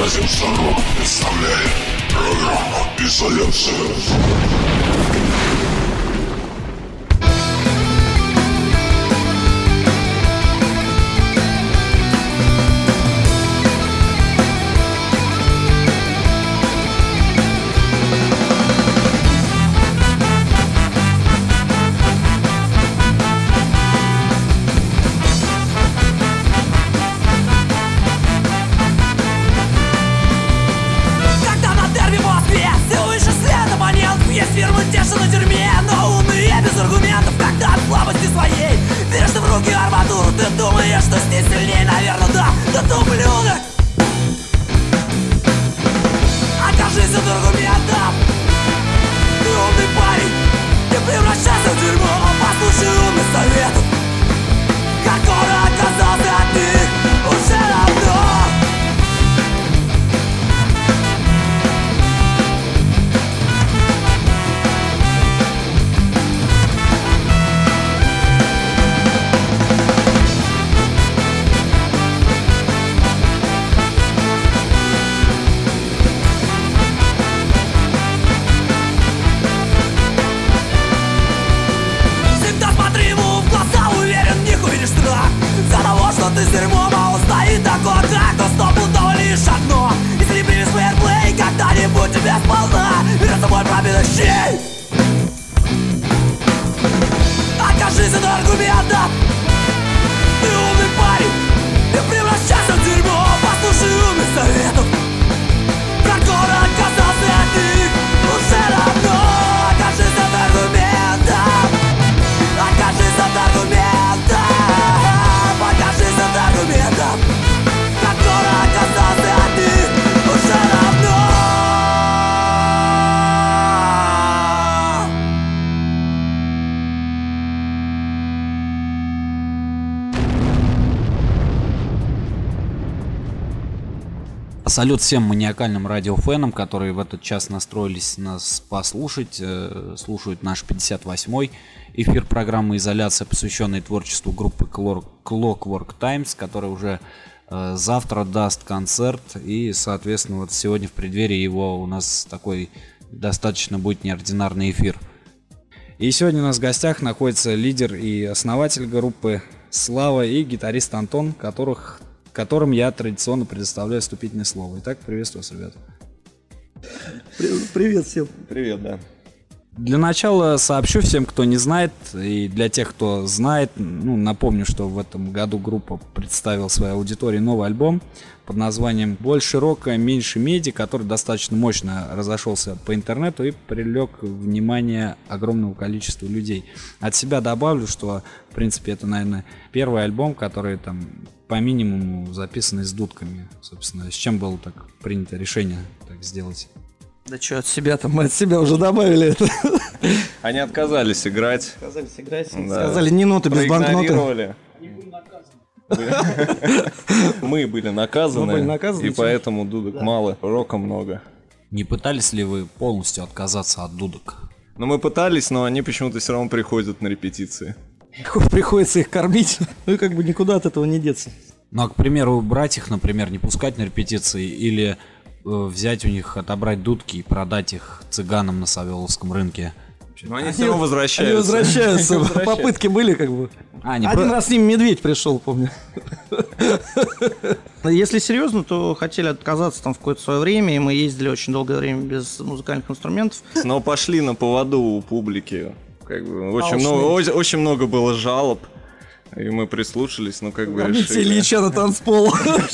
Радиошаров представляет программу «Изоляция». Салют всем маниакальным радиофенам, которые в этот час настроились нас послушать, слушают наш 58-й эфир программы «Изоляция», посвященной творчеству группы Clockwork Times, которая уже завтра даст концерт, и, соответственно, вот сегодня в преддверии его у нас такой достаточно будет неординарный эфир. И сегодня у нас в гостях находится лидер и основатель группы Слава и гитарист Антон, которым я традиционно предоставляю вступительное слово. Итак, приветствую вас, ребята. Привет всем. Привет, да. Для начала сообщу всем, кто не знает, и для тех, кто знает, напомню, что в этом году группа представила своей аудитории новый альбом под названием «Больше рока, меньше меди», который достаточно мощно разошелся по интернету и привлек внимание огромного количества людей. От себя добавлю, что, в принципе, это, наверное, первый альбом, который там по минимуму записанный с дудками. Собственно, с чем было так принято решение так сделать? Да что от себя-то, мы от себя уже добавили это. Они отказались играть. Да. Сказали, не ноты без банкноты. Мы были наказаны, и поэтому дудок мало, рока много. Не пытались ли вы полностью отказаться от дудок? Ну, мы пытались, но они почему-то все равно приходят на репетиции. Приходится их кормить, ну и как бы никуда от этого не деться. Ну, а, к примеру, брать их, например, не пускать на репетиции или взять у них, отобрать дудки и продать их цыганам на Савеловском рынке. Но они все равно возвращаются. Они возвращаются. Попытки были как бы. Один раз с ним медведь пришел, помню. Если серьезно, то хотели отказаться там в какое-то свое время, и мы ездили очень долгое время без музыкальных инструментов. Но пошли на поводу у публики. Как бы, очень много было жалоб. И мы прислушались, решили. Ильича на танцпол.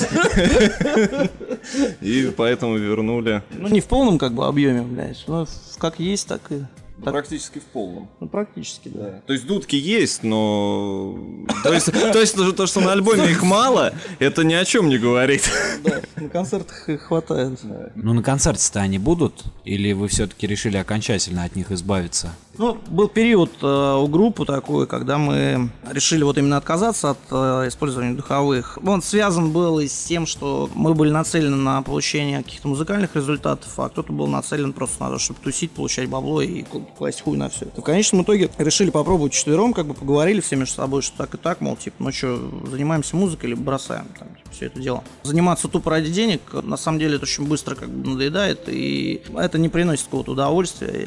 И поэтому вернули. Не в полном объеме, блядь. Но как есть, так и... Практически в полном. Практически, да. То есть дудки есть, но... То есть то, что на альбоме их мало, это ни о чем не говорит. Да, на концертах их хватает. Ну, на концерте-то они будут? Или вы все-таки решили окончательно от них избавиться? Ну, был период у группы такой, когда мы решили вот именно отказаться от использования духовых. Он связан был и с тем, что мы были нацелены на получение каких-то музыкальных результатов, а кто-то был нацелен просто на то, чтобы тусить, получать бабло и класть хуй на все это. В конечном итоге решили попробовать четвером, поговорили все между собой, что так и так, мол, типа, ну что, занимаемся музыкой или бросаем там, типа. все это дело. Заниматься тупо ради денег, на самом деле, это очень быстро как бы надоедает, и это не приносит какого-то удовольствия,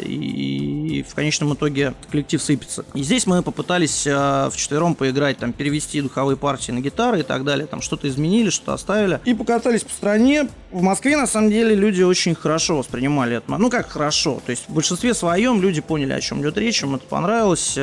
и в конечном итоге коллектив сыпется. И здесь мы попытались вчетвером поиграть, там, перевести духовые партии на гитары и так далее, там что-то изменили, что-то оставили, и покатались по стране. В Москве, на самом деле, люди очень хорошо воспринимали это. Ну, как хорошо, то есть в большинстве своем люди поняли, о чем идет речь, им это понравилось.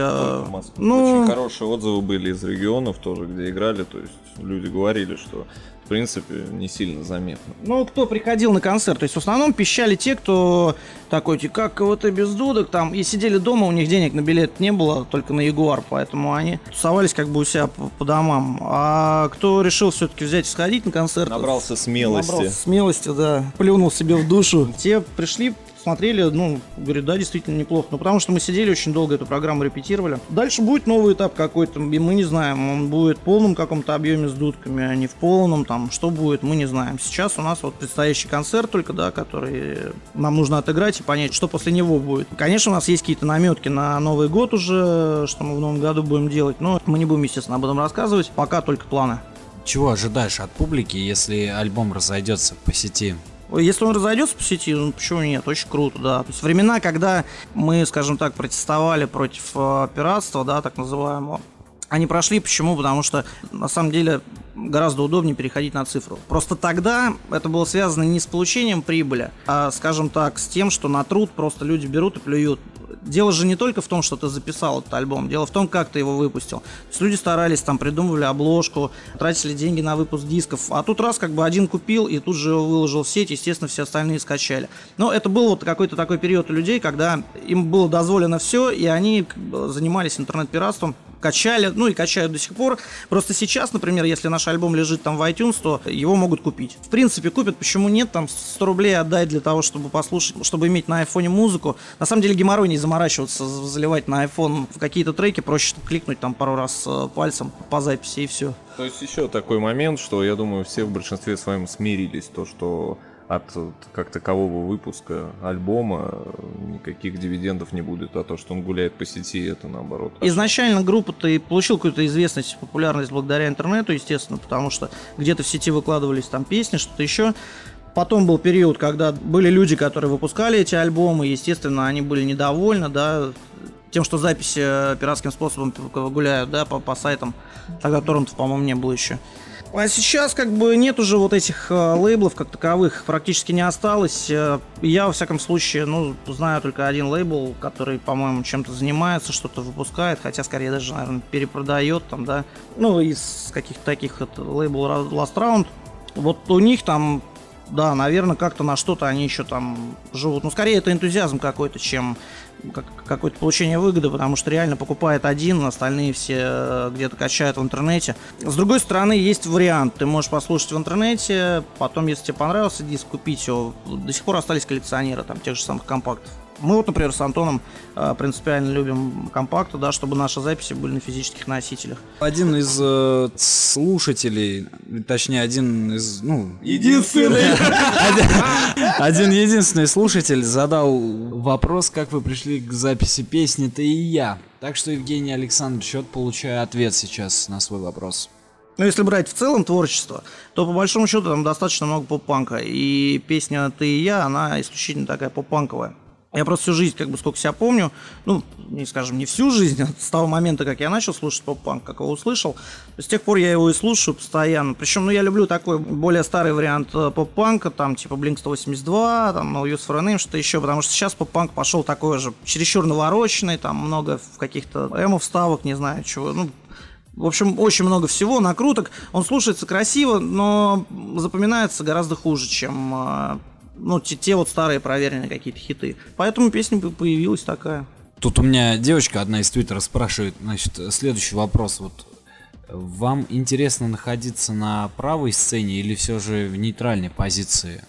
Очень хорошие отзывы были из регионов тоже, где играли, то есть люди говорили, что в принципе не сильно заметно. Ну, кто приходил на концерт, то есть в основном пищали те, кто такой, как вот и без дудок, там, и сидели дома, у них денег на билет не было, только на Ягуар, поэтому они тусовались как бы у себя по домам. А кто решил все-таки взять и сходить на концерт... Набрался смелости, да, плюнул себе в душу. Те пришли, смотрели, ну, говорю, да, действительно неплохо. Ну, потому что мы сидели очень долго, эту программу репетировали. Дальше будет новый этап какой-то, и мы не знаем, он будет в полном каком-то объеме с дудками, а не в полном, там, что будет, мы не знаем. Сейчас у нас вот предстоящий концерт только, да, который нам нужно отыграть и понять, что после него будет. Конечно, у нас есть какие-то наметки на Новый год уже, что мы в Новом году будем делать, но мы не будем, естественно, об этом рассказывать, пока только планы. Чего ожидаешь от публики, если альбом разойдется по сети? Если он разойдется по сети, ну почему нет? Очень круто, да. То есть времена, когда мы, скажем так, протестовали против пиратства, да, так называемого, они прошли. Почему? Потому что, на самом деле, гораздо удобнее переходить на цифру. Просто тогда это было связано не с получением прибыли, а, скажем так, с тем, что на труд просто люди берут и плюют. Дело же не только в том, что ты записал этот альбом, дело в том, как ты его выпустил. То есть люди старались, там, придумывали обложку, тратили деньги на выпуск дисков, а тут раз как бы один купил и тут же его выложил в сеть, естественно, все остальные скачали. Но это был вот какой-то такой период у людей, когда им было дозволено все, и они занимались интернет-пиратством, качали, ну и качают до сих пор. Просто сейчас, например, если наш альбом лежит там в iTunes, то его могут купить. В принципе, купят, почему нет, там 100 рублей отдать для того, чтобы послушать, чтобы иметь на айфоне музыку. На самом деле геморрой не заморачиваться, заливать на iPhone в какие-то треки, проще кликнуть там пару раз пальцем по записи и все. То есть еще такой момент, что я думаю, все в большинстве своем смирились, то что от как такового выпуска альбома никаких дивидендов не будет, а то, что он гуляет по сети, это наоборот. Изначально группа-то и получила какую-то известность, популярность благодаря интернету, естественно, потому что где-то в сети выкладывались там песни, что-то еще. Потом был период, когда были люди, которые выпускали эти альбомы, и, естественно, они были недовольны, да, тем, что записи пиратским способом гуляют, да, по сайтам, тогда торрентов, по-моему, не было еще. А сейчас как бы нет уже вот этих лейблов как таковых, практически не осталось. Я, во всяком случае, ну, знаю только один лейбл, который, по-моему, чем-то занимается, что-то выпускает, хотя скорее даже, наверное, перепродает там, да. Ну, из каких-то таких, это лейбл Last Round. Вот у них там, да, наверное, как-то на что-то они еще там живут. Ну, скорее это энтузиазм какой-то, чем какое-то получение выгоды, потому что реально покупает один, остальные все где-то качают в интернете. С другой стороны, есть вариант. Ты можешь послушать в интернете, потом, если тебе понравился диск, купить его. До сих пор остались коллекционеры там тех же самых компактов. Мы вот, например, с Антоном принципиально любим компакты, да, чтобы наши записи были на физических носителях. Один из слушателей, точнее, один из, ну... Единственный! Один единственный слушатель задал вопрос, как вы пришли к записи песни «Ты и я». Так что, Евгений Александрович, вот получаю ответ сейчас на свой вопрос. Ну, если брать в целом творчество, то по большому счету там достаточно много поп-панка. И песня «Ты и я», она исключительно такая поп-панковая. Я просто всю жизнь, как бы, сколько себя помню, ну, не скажем, не всю жизнь, с того момента, как я начал слушать поп-панк, как его услышал, с тех пор я его и слушаю постоянно. Причем, ну, я люблю такой более старый вариант поп-панка, там, типа Blink-182, там, No Use for a Name, что-то еще, потому что сейчас поп-панк пошел такой же чересчур навороченный, там, много в каких-то эмо-вставок, не знаю, чего, ну, в общем, очень много всего, накруток. Он слушается красиво, но запоминается гораздо хуже, чем... ну, те вот старые проверенные какие-то хиты. Поэтому песня появилась такая. Тут у меня девочка одна из Твиттера спрашивает, значит, следующий вопрос. Вот вам интересно находиться на правой сцене или все же в нейтральной позиции?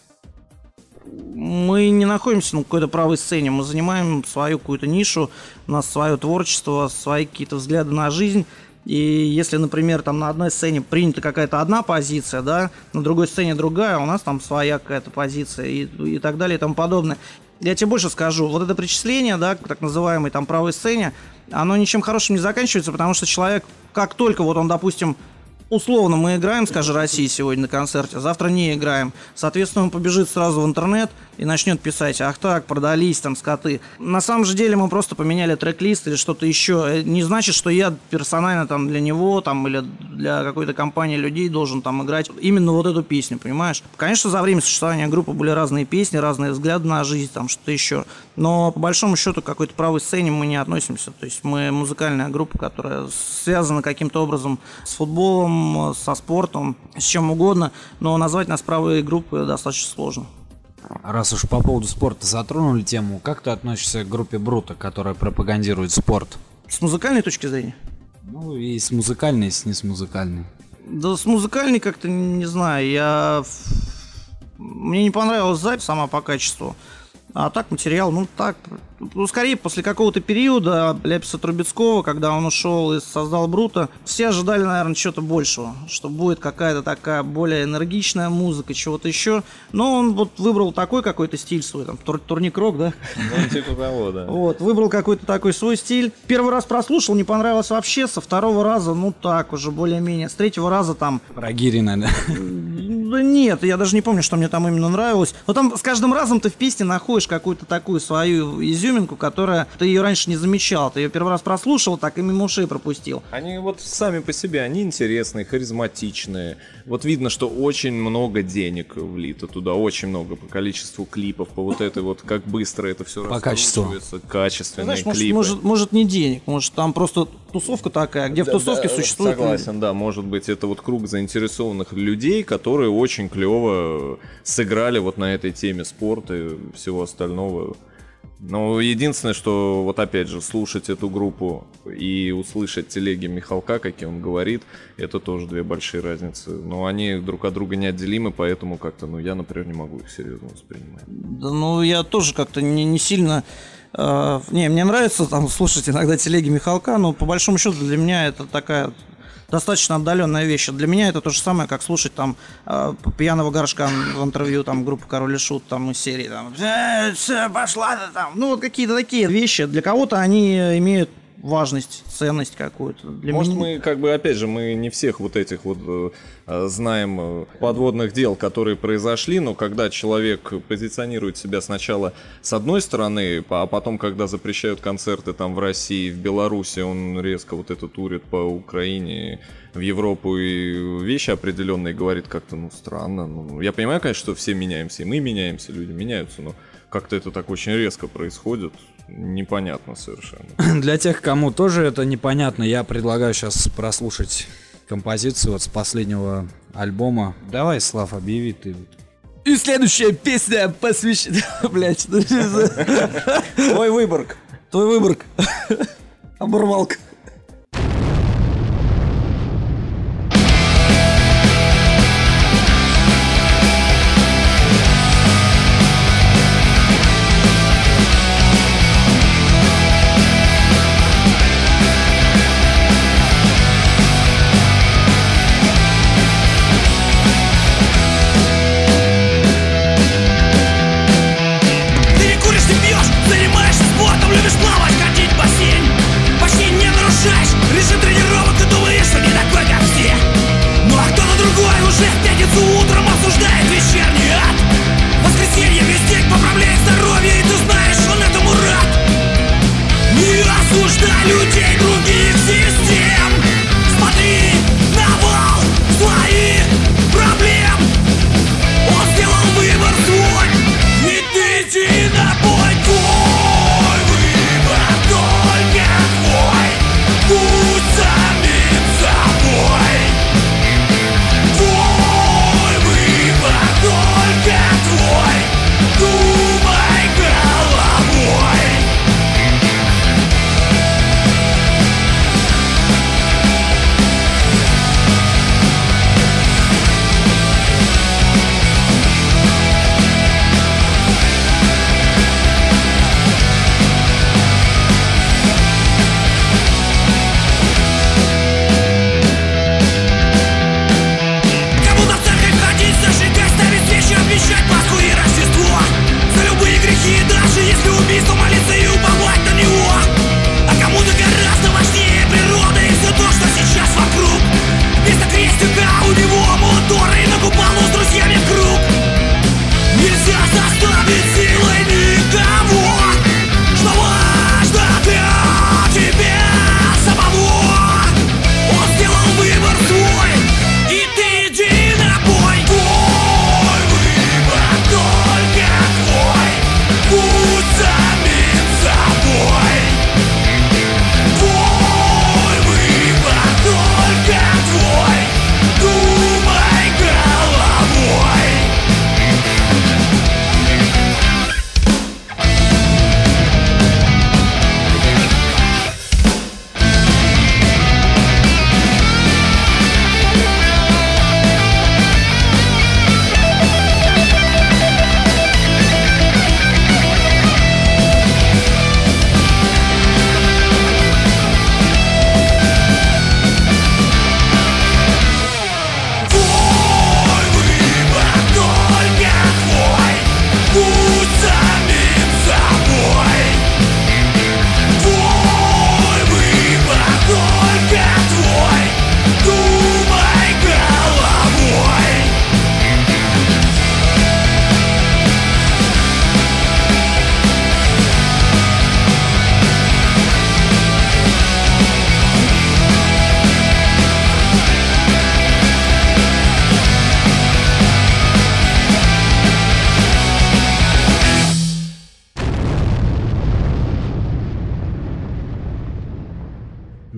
Мы не находимся на какой-то правой сцене. Мы занимаем свою какую-то нишу, у нас свое творчество, свои какие-то взгляды на жизнь. И если, например, там на одной сцене принята какая-то одна позиция, да, на другой сцене другая, у нас там своя какая-то позиция и так далее и тому подобное. Я тебе больше скажу, вот это причисление, да, к так называемой там правой сцене, оно ничем хорошим не заканчивается, потому что человек, как только вот он, допустим, условно, мы играем, скажи, России сегодня на концерте, завтра не играем. Соответственно, он побежит сразу в интернет и начнет писать: ах так, продались там скоты. На самом же деле мы просто поменяли трек-лист или что-то еще. Не значит, что я персонально там для него там, или для какой-то компании людей должен там играть именно вот эту песню, понимаешь? Конечно, за время существования группы были разные песни, разные взгляды на жизнь, там что-то еще. Но по большому счету к какой-то правой сцене мы не относимся. То есть мы музыкальная группа, которая связана каким-то образом с футболом, со спортом, с чем угодно, но назвать нас правой группой достаточно сложно. Раз уж по поводу спорта затронули тему, как ты относишься к группе Бруто, которая пропагандирует спорт? С музыкальной точки зрения? Ну, и с музыкальной, и с не с музыкальной. Да с музыкальной как-то, не знаю, мне не понравилась запись сама по качеству. А так материал, скорее после какого-то периода Ляписа Трубецкого, когда он ушел и создал Бруто, все ожидали, наверное, чего-то большего, что будет какая-то такая более энергичная музыка, чего-то еще. Но он вот выбрал такой какой-то стиль свой, там, турник-рок, да? Ну, типа того, да. Вот, выбрал какой-то такой свой стиль. Первый раз прослушал, не понравилось вообще, со второго раза, так, уже более-менее. С третьего раза там... Про Гирина, да? Да нет, я даже не помню, что мне там именно нравилось. Но там с каждым разом ты в песне находишь какую-то такую свою изюминку, которая ты ее раньше не замечал. Ты ее первый раз прослушал, так и мимо ушей пропустил. Они вот сами по себе, они интересные, харизматичные. Вот видно, что очень много денег влито туда, очень много по количеству клипов, по вот этой вот, как быстро это все раскручивается, качественные Знаешь, клипы. Может не денег, может там просто тусовка такая, где в тусовке существует... Согласен, да, может быть это вот круг заинтересованных людей, которые очень клево сыграли вот на этой теме спорта и всего остального. Но единственное, что вот опять же слушать эту группу и услышать телеги Михалка, как он говорит, это тоже две большие разницы. Но они друг от друга неотделимы, поэтому как-то, я, например, не могу их серьезно воспринимать. Да, я тоже как-то не сильно... мне нравится там слушать иногда телеги Михалка, но по большому счету для меня это такая... достаточно отдаленная вещь. Для меня это то же самое, как слушать там пьяного горшка в интервью там группы Король и Шут там из серии там пошла ты там. Вот какие-то такие вещи. Для кого-то они имеют важность, ценность какую-то. Может, мы, опять же, мы не всех вот этих вот знаем подводных дел, которые произошли, но когда человек позиционирует себя сначала с одной стороны, а потом, когда запрещают концерты там в России, в Беларуси, он резко вот это турит по Украине, в Европу и вещи определенные говорит как-то, странно. Я понимаю, конечно, что все меняемся, и мы меняемся, люди меняются, но как-то это так очень резко происходит. Непонятно совершенно. Для тех, кому тоже это непонятно, я предлагаю сейчас прослушать композицию вот с последнего альбома. Давай, Слав, объяви ты. И следующая песня посвящена... Блять. Твой выбор. Оборвалка. Занимаешься спортом, любишь плавать, ходить в бассейн. Почти не нарушаешь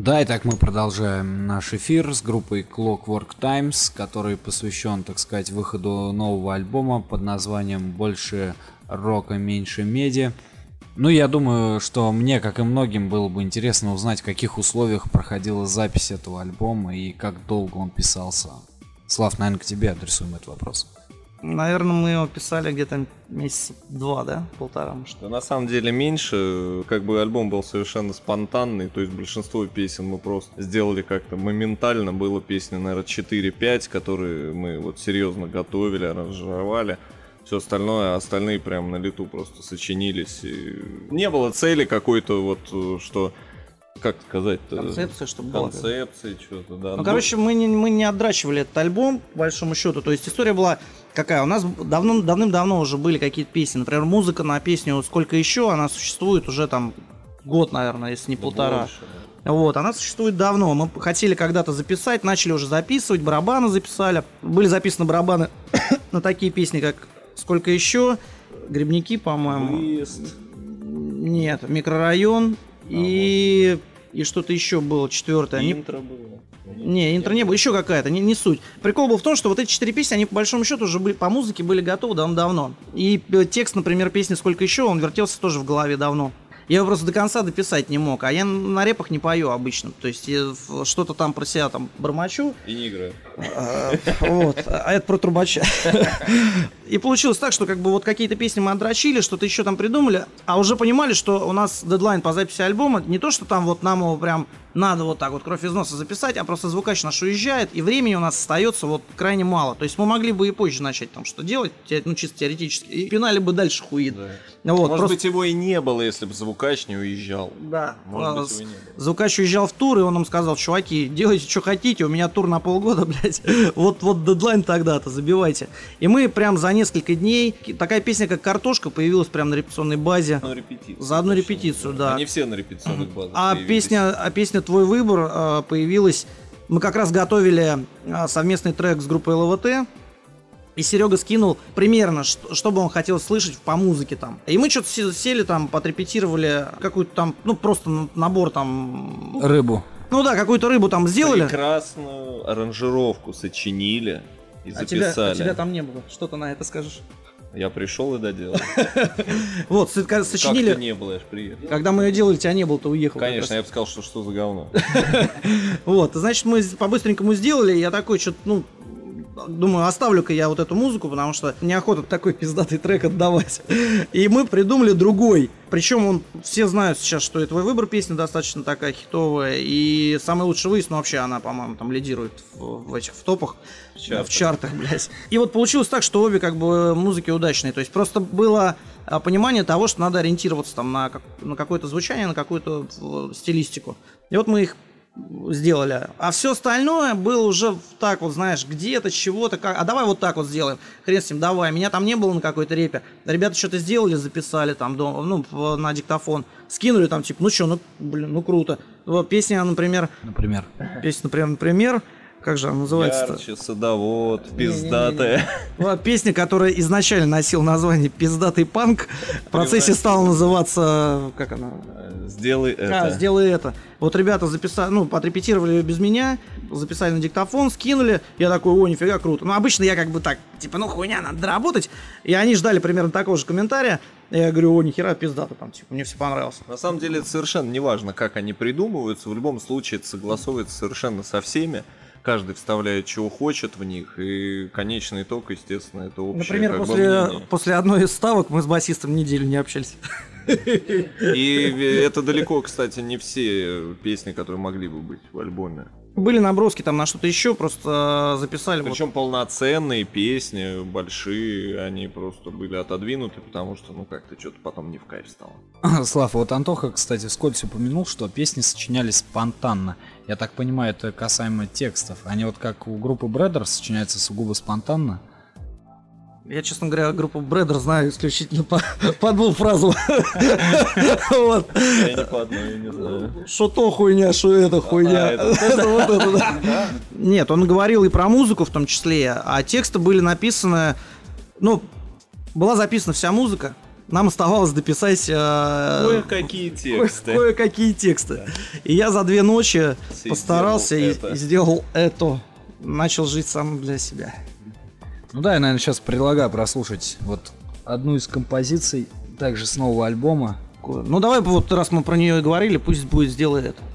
Да, итак, мы продолжаем наш эфир с группой Clockwork Times, который посвящен, так сказать, выходу нового альбома под названием «Больше рока, меньше меди». Ну, я думаю, что мне, как и многим, было бы интересно узнать, в каких условиях проходила запись этого альбома и как долго он писался. Слав, наверное, к тебе адресуем этот вопрос. Наверное, мы его писали где-то месяца 2, да? 1,5, может. Да, на самом деле меньше, как бы альбом был совершенно спонтанный, то есть большинство песен мы просто сделали как-то моментально, было песни, наверное, 4-5, которые мы вот серьезно готовили, аранжировали. Все остальные прям на лету просто сочинились. И не было цели какой-то вот, что... Как сказать-то? Концепция, чтобы была. Концепции, что-то, да. Ну, короче, мы не отдрачивали этот альбом, по большому счету. То есть история была какая? У нас давным-давно уже были какие-то песни. Например, музыка на песню «Сколько еще», она существует уже там год, наверное, если не полтора. Больше, да. Вот, она существует давно. Мы хотели когда-то записать, начали уже записывать, барабаны записали. Были записаны барабаны на такие песни, как «Сколько еще», «Грибники», по-моему. Выезд. Нет, «Микрорайон». И что-то еще было, четвертое. Интро было. Не, интро не было, еще какая-то, не суть. Прикол был в том, что вот эти 4 песни, они по большому счету уже были, по музыке были готовы давно. И текст, например, песни «Сколько еще», он вертелся тоже в голове давно. Я его просто до конца дописать не мог, а я на репах не пою обычно. То есть я что-то там про себя там бормочу. И не играю. Вот, а это про трубача. И получилось так, что как бы вот какие-то песни мы отдрочили, что-то еще там придумали, а уже понимали, что у нас дедлайн по записи альбома, не то, что там вот нам его прям надо вот так вот кровь из носа записать, а просто звукач наш уезжает, и времени у нас остается вот крайне мало. То есть мы могли бы и позже начать там что делать, ну чисто теоретически, и пинали бы дальше хуит. Да. Вот, может быть, его и не было, если бы звукач не уезжал. Да. Может быть, его и не было. Звукач уезжал в тур, и он нам сказал: чуваки, делайте, что хотите, у меня тур на полгода, блядь. Вот дедлайн тогда-то, забивайте. И мы прям за несколько дней, такая песня, как «Картошка», появилась прям на репетиционной базе. За одну репетицию, да. Они все на репетиционных базах. А песня «Твой выбор» появилась... Мы как раз готовили совместный трек с группой ЛВТ. И Серега скинул примерно, что бы он хотел слышать по музыке там. И мы что-то сели там, подрепетировали какую-то там, ну просто набор там... Рыбу. Ну да, какую-то рыбу там сделали. Прекрасную аранжировку сочинили и записали. А тебя там не было, что ты на это скажешь? Я пришел и доделал. Вот, сочинили... Как-то не было, я ж приехал. Когда мы ее делали, тебя не было, ты уехал. Конечно, я бы сказал, что за говно. Вот, значит, мы по-быстренькому сделали, я такой, что-то, ну... Думаю, оставлю-ка я вот эту музыку, потому что неохота такой пиздатый трек отдавать. И мы придумали другой. Причем все знают сейчас, что и «Твой выбор» песня достаточно такая хитовая. И «Самый лучший выезд», ну вообще она, по-моему, там лидирует в топах, в чартах, блядь. И вот получилось так, что обе как бы музыки удачные. То есть просто было понимание того, что надо ориентироваться там на какое-то звучание, на какую-то стилистику. И вот мы их сделали. А все остальное было уже так вот, знаешь, где-то, чего-то, как... А давай вот так вот сделаем. Хрен с ним, давай. Меня там не было на какой-то репе. Ребята что-то сделали, записали там дома, ну, на диктофон. Скинули там, типа, ну что, ну, блин, ну круто. Вот песня, например... Песня, например... Как же она называется-то? Ярче, садовод, пиздатая. Песня, которая изначально носила название «Пиздатый панк», в процессе стала называться... Как она? «Сделай это». «Сделай это». Вот ребята записали, ну, отрепетировали ее без меня, записали на диктофон, скинули. Я такой: о, нифига, круто. Ну, обычно я как бы так, типа, ну, хуйня, надо доработать. И они ждали примерно такого же комментария. Я говорю: о, нихера, пиздата, там, типа, мне все понравилось. На самом деле, это совершенно не важно, как они придумываются. В любом случае, это согласовывается совершенно со всеми. Каждый вставляет, чего хочет в них, и конечный итог, естественно, это общее. Например, после одной из ставок мы с басистом неделю не общались. И это далеко, кстати, не все песни, которые могли бы быть в альбоме. Были наброски там на что-то еще, просто записали. Причем полноценные песни, большие, они просто были отодвинуты, потому что, ну, как-то что-то потом не в кайф стало. Слав, вот Антоха, кстати, вскользь упомянул, что песни сочинялись спонтанно. Я так понимаю, это касаемо текстов. Они вот как у группы Brothers сочиняются сугубо спонтанно. Я, честно говоря, группу Брэдер знаю исключительно по двум фразам. Я не по одной, не знаю. Что то хуйня, что это хуйня. Нет, он говорил и про музыку в том числе, а тексты были написаны... Ну, была записана вся музыка, нам оставалось дописать Кое-какие тексты. кое-какие тексты. И я за 2 ночи постарался и сделал это. Начал жить сам для себя. Ну да, я, наверное, сейчас предлагаю прослушать вот одну из композиций, также с нового альбома. Ну давай, вот раз мы про нее и говорили, пусть будет «Сделай это».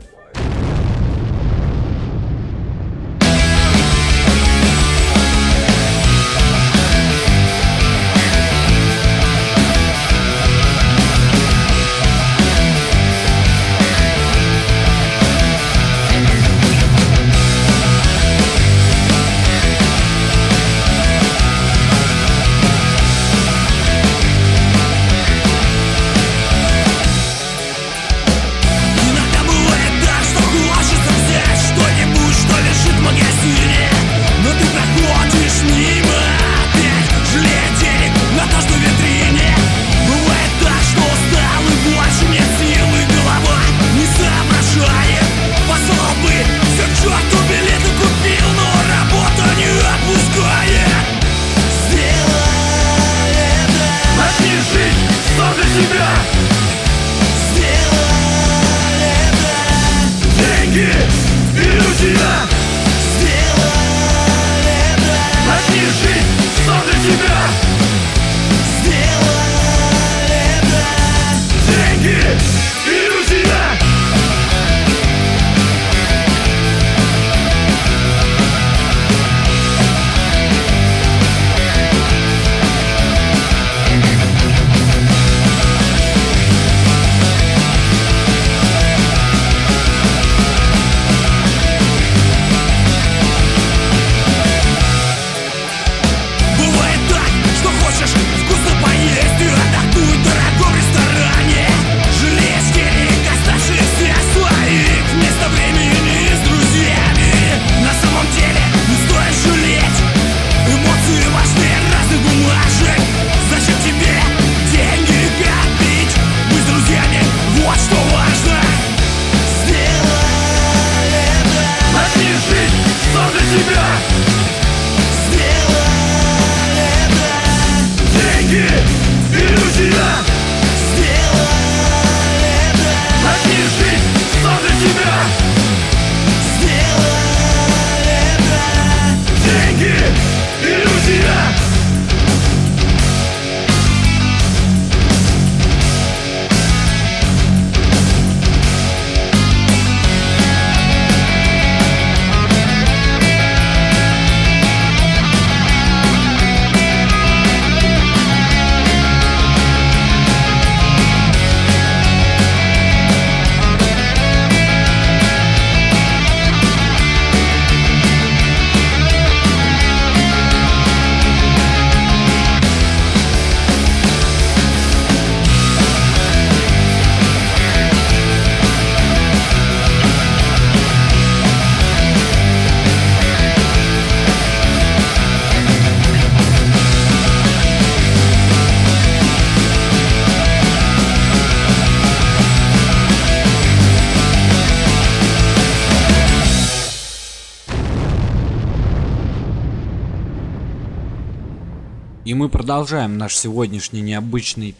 И мы продолжаем наш сегодняшний необычный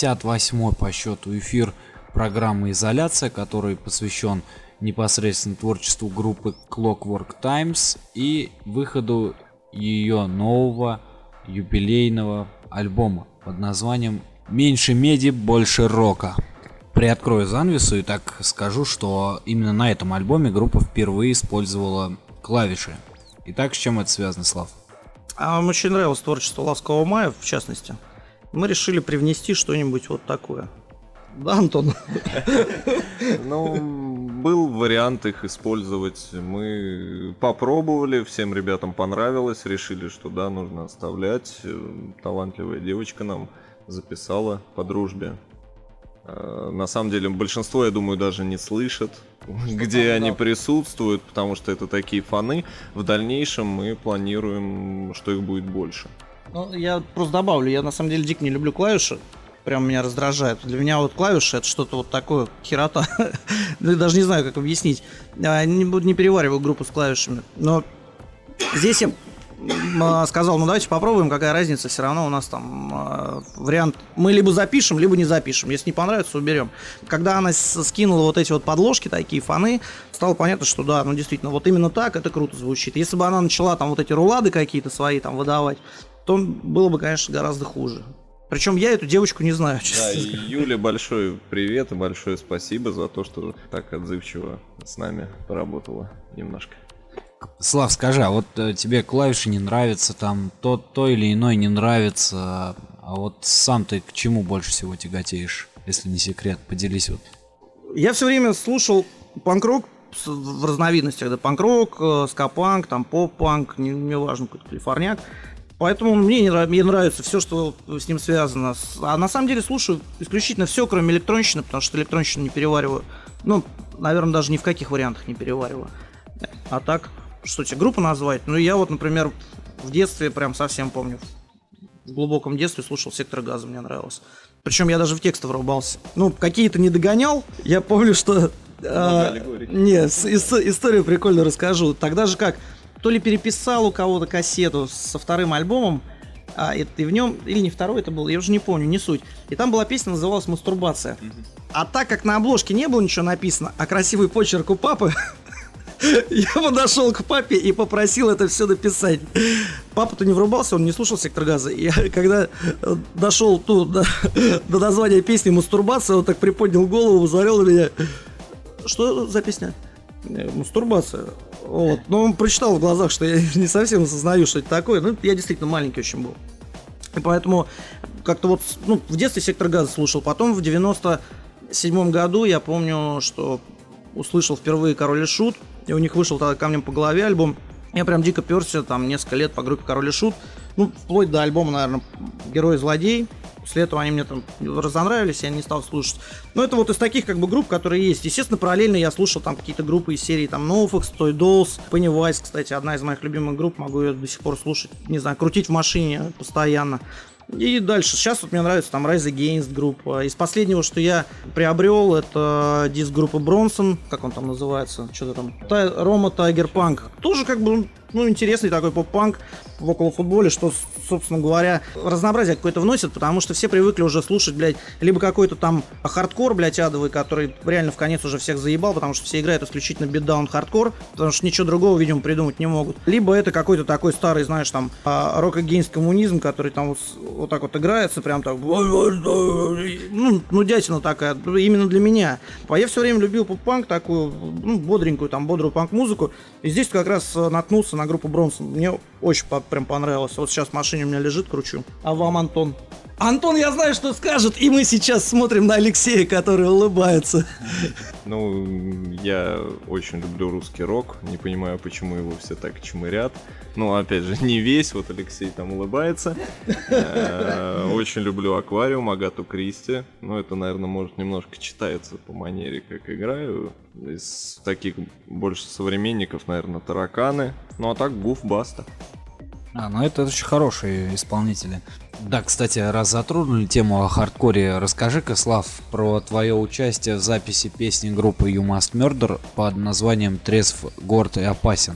58-й по счету эфир программы «Изоляция», который посвящен непосредственно творчеству группы Clockwork Times и выходу ее нового юбилейного альбома под названием «Меньше меди, больше рока». Приоткрою занавесу и так скажу, что именно на этом альбоме группа впервые использовала клавиши. Итак, с чем это связано, Слав? Нам очень нравилось творчество Ласкового Мая, в частности. Мы решили привнести что-нибудь вот такое. Да, Антон? Ну, был вариант их использовать. Мы попробовали, всем ребятам понравилось, решили, что да, нужно оставлять. Талантливая девочка нам записала по дружбе. На самом деле большинство, я думаю, даже не слышат, где они присутствуют, потому что это такие фаны. В дальнейшем мы планируем, что их будет больше. Ну, я просто добавлю, я на самом деле дико не люблю клавиши. Прям меня раздражает. Для меня вот клавиши — это что-то вот такое, херота. Даже не знаю, как объяснить. Не перевариваю группу с клавишами. Но здесь я сказал, ну давайте попробуем, какая разница, все равно у нас там вариант, мы либо запишем, либо не запишем, если не понравится, уберем. Когда она скинула вот эти вот подложки, такие фоны, стало понятно, что да, ну действительно, вот именно так это круто звучит. Если бы она начала там вот эти рулады какие-то свои там выдавать, то было бы, конечно, гораздо хуже. Причем я эту девочку не знаю, честно. Да, и Юле большой привет и большое спасибо за то, что так отзывчиво с нами поработала немножко. Слав, скажи, а вот тебе клавиши не нравятся, там то или иное не нравится, а вот сам ты к чему больше всего тяготеешь, если не секрет, поделись вот. Я все время слушал панк-рок в разновидностях, да, панк-рок, ска-панк, там поп-панк, неважно, какой-то калифорняк. Поэтому мне нравится все, что с ним связано. А на самом деле слушаю исключительно все, кроме электронщины, потому что электронщину не перевариваю. Ну, наверное, даже ни в каких вариантах не перевариваю. А так, что тебе, группу назвать? Ну, я вот, например, в детстве, прям совсем помню, в глубоком детстве слушал «Сектор газа», мне нравилось. Причем я даже в тексты врубался. Ну, какие-то не догонял. Я помню, что... историю прикольно расскажу. Тогда же как... То ли переписал у кого-то кассету со вторым альбомом, и в нем, или не второй это был, я уже не помню, не суть. И там была песня, называлась «Мастурбация». А так как на обложке не было ничего написано, а красивый почерк у папы, я подошел к папе и попросил это все написать. Папа-то не врубался, он не слушал «Сектор газа». И когда дошел до названия песни «Мастурбация», он так приподнял голову, посмотрел на меня. Что за песня? «Мастурбация». Вот. Но он прочитал в глазах, что я не совсем осознаю, что это такое. Ну, я действительно маленький очень был. И поэтому как-то вот, ну, в детстве «Сектор газа» слушал. Потом в 97-м году я помню, что услышал впервые «Король и Шут». И у них вышел тогда «Камнем по голове» альбом. Я прям дико перся там несколько лет по группе «Король и Шут». Ну, вплоть до альбома, наверное, «Герой и злодей». После этого они мне там разонравились, я не стал слушать. Но это вот из таких как бы групп, которые есть. Естественно, параллельно я слушал там какие-то группы из серии там NoFX, Toy Dolls, Pennywise, кстати, одна из моих любимых групп, могу ее до сих пор слушать, не знаю, крутить в машине постоянно. И дальше. Сейчас вот мне нравится там Rise Against группа. Из последнего, что я приобрел, это диск группы Бронсон, как он там называется, что-то там, Рома Тайгер Панк. Тоже как бы, ну, интересный такой поп-панк в околофутболе, что, собственно говоря, разнообразие какое-то вносит, потому что все привыкли уже слушать, блядь, либо какой-то там хардкор, блядь, адовый, который реально в конец уже всех заебал, потому что все играют исключительно битдаун хардкор, потому что ничего другого, видимо, придумать не могут. Либо это какой-то такой старый, знаешь, там, Rock Against коммунизм, который там вот так вот играется, прям так, ну, дятина такая, именно для меня. А я все время любил поп-панк такую, ну, бодренькую, там, бодрую панк-музыку, и здесь как раз наткнулся на группу Бронсон. Мне очень прям понравилось. Вот сейчас в машине у меня лежит, кручу. А вам, Антон? Антон, я знаю, что скажет, и мы сейчас смотрим на Алексея, который улыбается. Ну, я очень люблю русский рок, не понимаю, почему его все так чмырят. Ну, опять же, не весь, вот Алексей там улыбается. Очень люблю «Аквариум», Агату Кристи. Ну, это, наверное, может, немножко читается по манере, как играю. Из таких больше современников, наверное, «Тараканы». Ну, а так Гуф, Баста. Ну это очень хорошие исполнители. Да, кстати, раз затронули тему о хардкоре, расскажи-ка, Слав, про твое участие в записи песни группы You Must Murder под названием «Трезв, горд и опасен».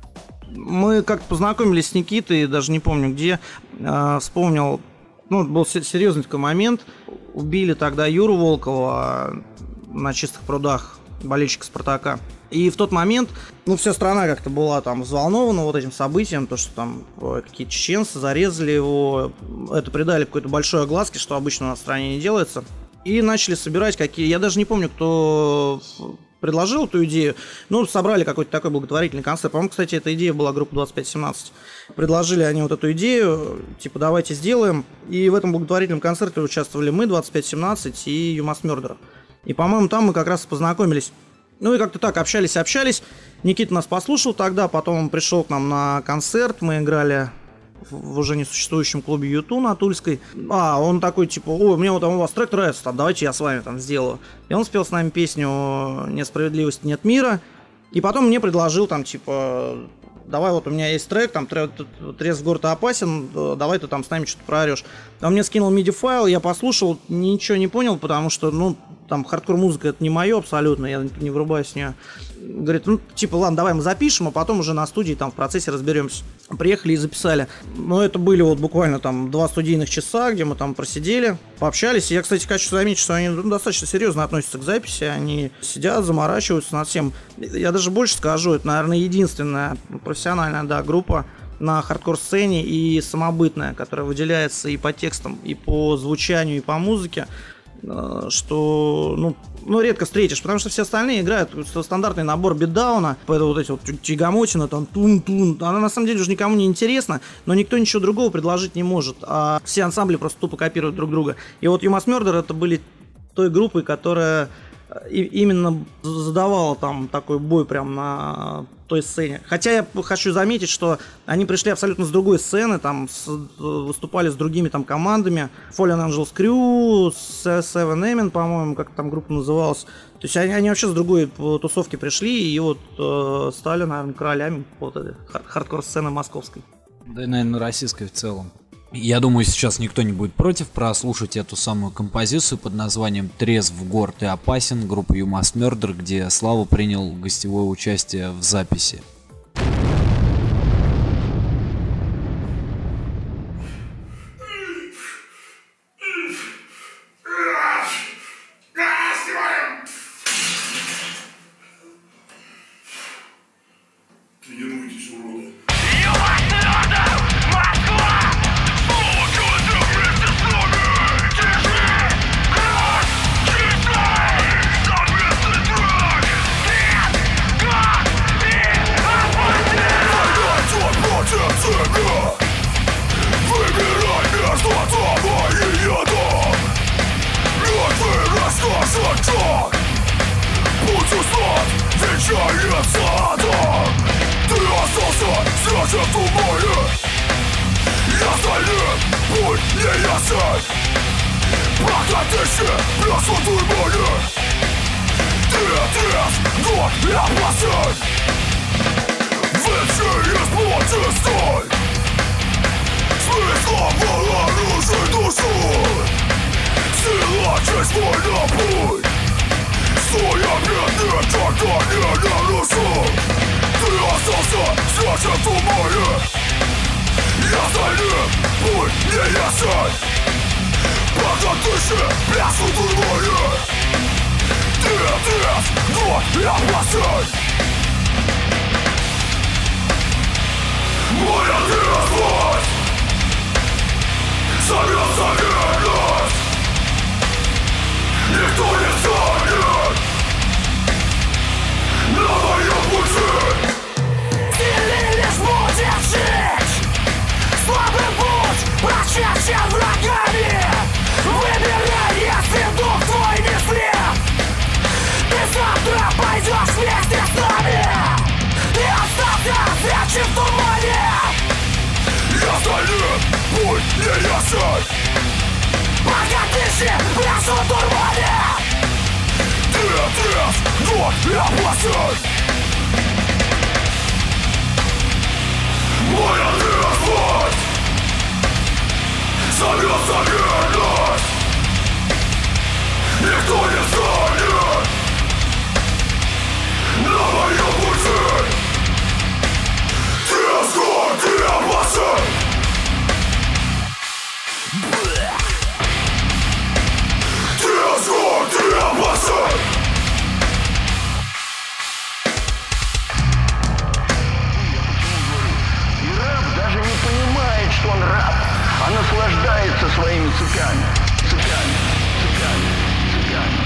Мы как-то познакомились с Никитой, даже не помню где, вспомнил, ну, был серьезный такой момент. Убили тогда Юру Волкова на Чистых прудах, болельщика «Спартака». И в тот момент, ну, вся страна как-то была там взволнована вот этим событием, то, что там какие-то чеченцы зарезали его, это придали какой-то большой огласке, что обычно у нас в стране не делается. И начали собирать какие... Я даже не помню, кто предложил эту идею, но собрали какой-то такой благотворительный концерт. По-моему, кстати, эта идея была группа 2517. Предложили они вот эту идею, типа, давайте сделаем. И в этом благотворительном концерте участвовали мы, 2517 и You Must Murder. И, по-моему, там мы как раз познакомились. Ну и как-то так общались. Никита нас послушал тогда, потом он пришел к нам на концерт, мы играли в уже несуществующем клубе Юту на Тульской. Он такой, типа, ой, мне вот там у вас трек нравится, там, давайте я с вами там сделаю. И он спел с нами песню «Несправедливости нет мира». И потом мне предложил там, типа, давай, вот у меня есть трек, там «Трезв, горд и опасен», давай ты там с нами что-то проорешь. Он мне скинул MIDI-файл, я послушал, ничего не понял, потому что, ну, там хардкор-музыка — это не мое абсолютно, я не врубаюсь в нее. говорит, ну, типа, ладно, давай мы запишем, а потом уже на студии там в процессе разберемся. Приехали и записали. Но это были вот буквально там 2 студийных часа, где мы там просидели, пообщались. И я, кстати, хочу заметить, что они достаточно серьезно относятся к записи. Они сидят, заморачиваются над всем. Я даже больше скажу, это, наверное, единственная профессиональная, да, группа на хардкор-сцене и самобытная, которая выделяется и по текстам, и по звучанию, и по музыке, что, ну, редко встретишь, потому что все остальные играют стандартный набор битдауна, поэтому вот эти вот тягомотина, там, тун-тун, она на самом деле уже никому не интересна, но никто ничего другого предложить не может, а все ансамбли просто тупо копируют друг друга. И вот You Must Murder это были той группой, которая именно задавала там такой бой прям на той сцене. Хотя я хочу заметить, что они пришли абсолютно с другой сцены, там выступали с другими там командами. Fallen Angels Crew, Seven Emin, по-моему, как там группа называлась. То есть они вообще с другой тусовки пришли и вот стали, наверное, королями вот этой хардкор-сцены московской. Да и, наверное, российской в целом. Я думаю, сейчас никто не будет против прослушать эту самую композицию под названием «Трезв, горд и опасен» группы You Must Murder, где Слава принял гостевое участие в записи. Тренируйтесь, уроды. Выбирай между тобой и ядом. Мертвый расскажет, как путь узнат венчается адом. Ты остался свежим в тумане, и остальным путь не ясен. Пока тысячи плясут в тумане, ты трезв, горд и опасен. Вещи из плоти сталь, смыслом вооружи душу. Сила, честь, война, путь, стоя медленно, никогда не нарушу. Ты остался свежим в тумане, и остальным путь не ясен. Пока тысячи плясут в тумане, ты трезв, горд и опасен. Моя трезвость зовется верность. Никто не станет на моем пути. Сильный лишь будет жить, слабый путь прочерчен врагами. Выбирай, если дух твой не слеп, ты завтра пойдешь вместе с нами. Ты остался свечи в тумане, и остальным путь не ясен. Пока тысячи пляшут в тумане, ты трезв, горд и опасен. Моя трезвость зовется верность. Никто не станет на моем пути. Трезв, горд и опасен. Трезв, горд и опасен. И раб даже не понимает, что он раб, а наслаждается своими цепями. Цепями, цепями, цепями.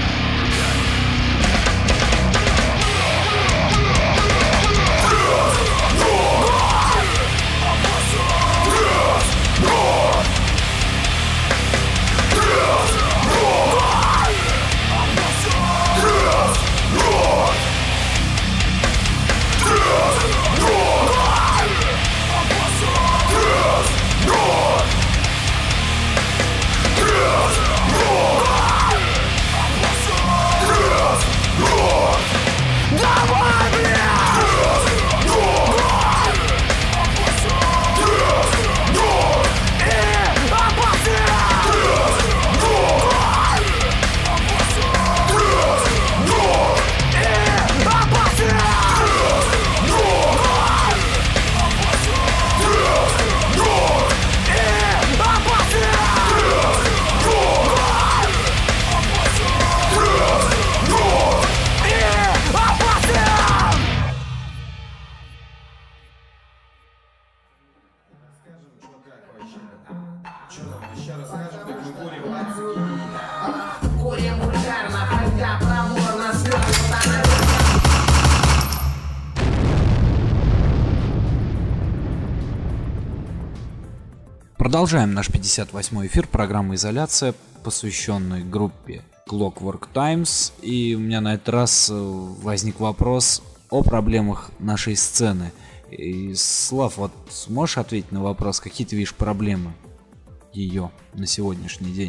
Продолжаем наш 58-й эфир программы «Изоляция», посвященной группе Clockwork Times. И у меня на этот раз возник вопрос о проблемах нашей сцены. И, Слав, вот сможешь ответить на вопрос, какие ты видишь проблемы ее на сегодняшний день?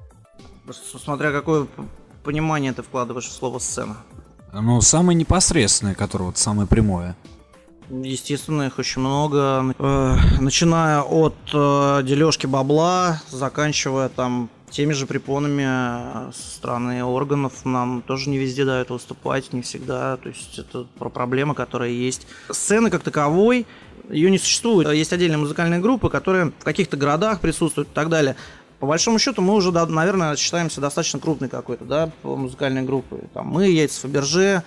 Смотря какое понимание ты вкладываешь в слово «сцена». Ну, самое непосредственное, которое вот самое прямое. Естественно, их очень много, начиная от дележки бабла, заканчивая там теми же препонами со стороны органов. Нам тоже не везде дают выступать, не всегда. То есть это про проблемы, которые есть. Сцены как таковой, ее не существует. Есть отдельные музыкальные группы, которые в каких-то городах присутствуют и так далее. По большому счету мы уже, наверное, считаемся достаточно крупной какой-то, да, музыкальной группой. Там мы, Яйца Фаберже.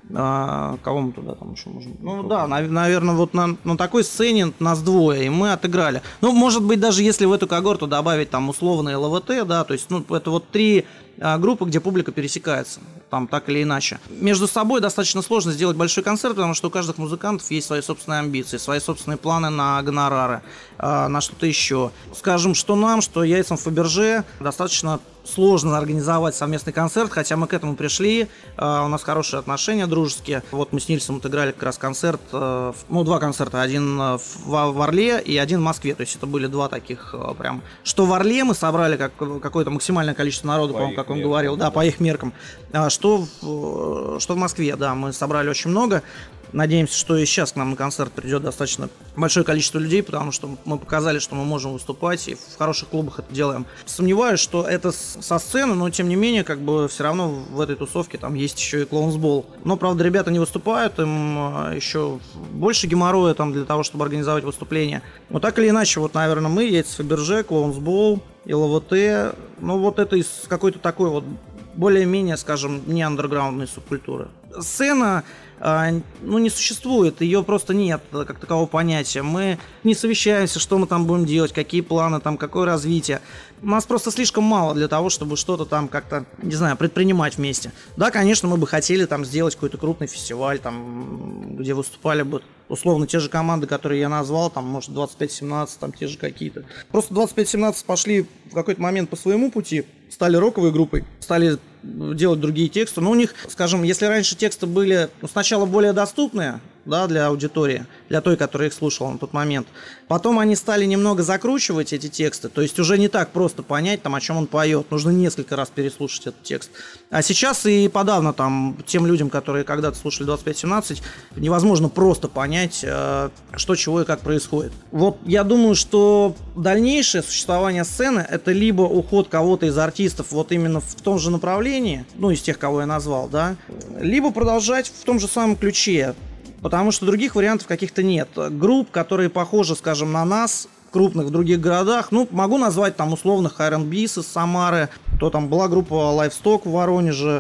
Кого мы туда там еще можем? Ну да, наверное, вот на такой сцене нас двое, и мы отыграли. Ну, может быть, даже если в эту когорту добавить там условные ЛВТ, да, то есть, ну, это вот 3 группы, где публика пересекается, там так или иначе. Между собой достаточно сложно сделать большой концерт, потому что у каждых музыкантов есть свои собственные амбиции, свои собственные планы на гонорары, на что-то еще. Скажем, что нам, что Яйцам Фаберже достаточно сложно организовать совместный концерт, хотя мы к этому пришли, у нас хорошие отношения дружеские. Вот мы с Нильсом отыграли как раз концерт, 2 концерта, один в Орле и один в Москве, то есть это были 2 таких прям, что в Орле мы собрали какое-то максимальное количество народу, по-моему, как он говорил, да, по их меркам, что в Москве, да, мы собрали очень много. Надеемся, что и сейчас к нам на концерт придет достаточно большое количество людей, потому что мы показали, что мы можем выступать, и в хороших клубах это делаем. Сомневаюсь, что это со сцены, но тем не менее, как бы все равно в этой тусовке там есть еще и Клоунсбол. Но, правда, ребята не выступают, им еще больше геморроя там для того, чтобы организовать выступление. Но так или иначе, вот, наверное, мы, Яйца Фаберже, Клоунсбол, ЛВТ, ну вот это из какой-то такой вот более-менее, скажем, не андерграундной субкультуры. Сцена, ну, не существует, ее просто нет как такового понятия. Мы не совещаемся, что мы там будем делать, какие планы там, какое развитие. У нас просто слишком мало для того, чтобы что-то там как-то, не знаю, предпринимать вместе. Да, конечно, мы бы хотели там сделать какой-то крупный фестиваль, там, где выступали бы условно те же команды, которые я назвал, там, может, 25-17, там, те же какие-то. Просто 25-17 пошли в какой-то момент по своему пути, стали роковой группой, стали делать другие тексты. Но у них, скажем, если раньше тексты были сначала более доступные, да, для аудитории, для той, которая их слушала на тот момент. Потом они стали немного закручивать эти тексты, то есть уже не так просто понять, там, о чем он поет, нужно несколько раз переслушать этот текст. А сейчас и подавно там тем людям, которые когда-то слушали 25-17, невозможно просто понять, что, чего и как происходит. Вот я думаю, что дальнейшее существование сцены — это либо уход кого-то из артистов вот именно в том же направлении, ну, из тех, кого я назвал, да, либо продолжать в том же самом ключе. Потому что других вариантов каких-то нет. Групп, которые похожи, скажем, на нас, крупных в других городах, ну, могу назвать там условных R&B's из Самары, то там была группа Livestock в Воронеже,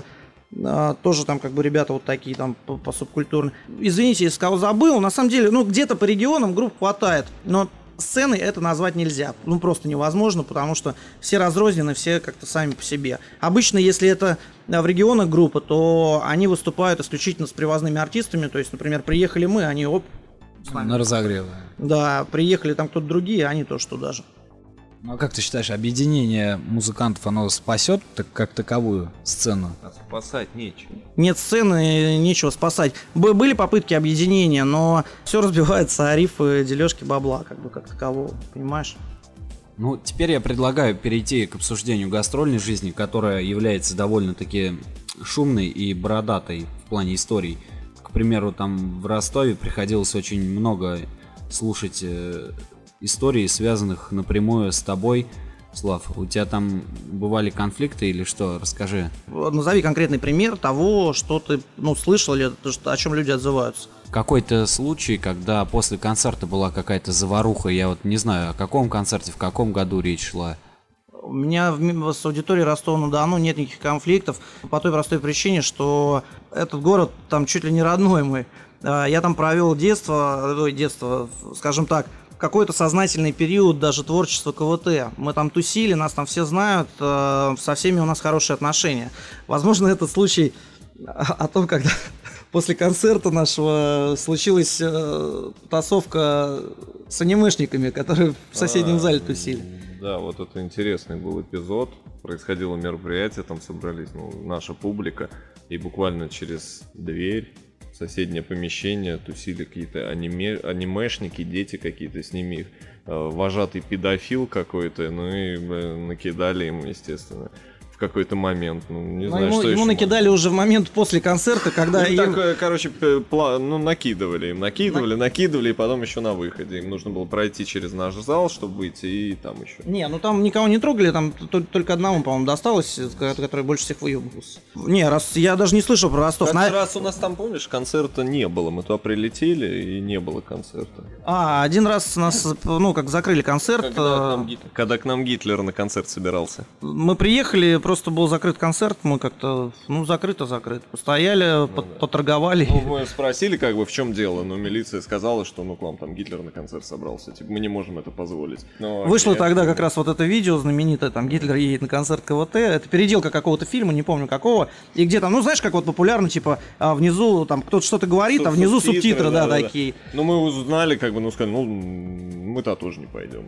тоже там как бы ребята вот такие там по субкультурным. Извините, если кого забыл, на самом деле, ну, где-то по регионам групп хватает, но сценой это назвать нельзя, ну, просто невозможно, потому что все разрознены, все как-то сами по себе. Обычно, если это в регионах группа, то они выступают исключительно с привозными артистами, то есть, например, приехали мы, они с нами. На разогрев. Да, приехали там кто-то другие, они тоже туда же. Ну а как ты считаешь, объединение музыкантов, оно спасет как таковую сцену? А спасать нечего. Нет сцены, нечего спасать. Были попытки объединения, но все разбивается о рифы, дележки бабла, как бы как такового, понимаешь? Ну, теперь я предлагаю перейти к обсуждению гастрольной жизни, которая является довольно-таки шумной и бородатой в плане историй. К примеру, там в Ростове приходилось очень много слушать историй, связанных напрямую с тобой. Слав, у тебя там бывали конфликты или что? Расскажи. Назови конкретный пример того, что ты слышал или о чем люди отзываются. Какой-то случай, когда после концерта была какая-то заваруха, я вот не знаю, о каком концерте, в каком году речь шла. У меня с аудиторией Ростова-на-Дону нет никаких конфликтов по той простой причине, что этот город там чуть ли не родной мой. Я там провел детство, скажем так, какой-то сознательный период даже творчества КВТ. Мы там тусили, нас там все знают, со всеми у нас хорошие отношения. Возможно, этот случай о том, когда после концерта нашего случилась тусовка с анимешниками, которые в соседнем зале тусили. Да, вот это интересный был эпизод. Происходило мероприятие, там собрались наша публика, и буквально через дверь в соседнее помещение тусили какие-то анимешники, дети какие-то, с ними их вожатый педофил какой-то, ну и накидали ему, естественно, в какой-то момент. Ну, не знаю, что ему накидали уже в момент после концерта, когда накидывали им, накидывали, и потом еще на выходе. Им нужно было пройти через наш зал, чтобы выйти, и там еще. Не, ну там никого не трогали, там только одному, по-моему, досталось, который больше всех выебывался. Не, я даже не слышал про Ростов. Раз у нас там, помнишь, концерта не было, мы туда прилетели, и не было концерта. Один раз нас, как закрыли концерт. Когда к нам Гитлер на концерт собирался. Мы приехали, просто был закрыт концерт, мы как-то, закрыто. Постояли, поторговали. Мы спросили, в чем дело, но милиция сказала, что, к вам там Гитлер на концерт собрался, мы не можем это позволить. Вышло тогда как раз вот это видео знаменитое, там Гитлер едет на концерт КВТ, это переделка какого-то фильма, не помню какого, и где там, знаешь, как вот популярно, внизу там кто-то что-то говорит, а внизу субтитры, да, такие. Ну, мы узнали, сказали, мы-то тоже не пойдем.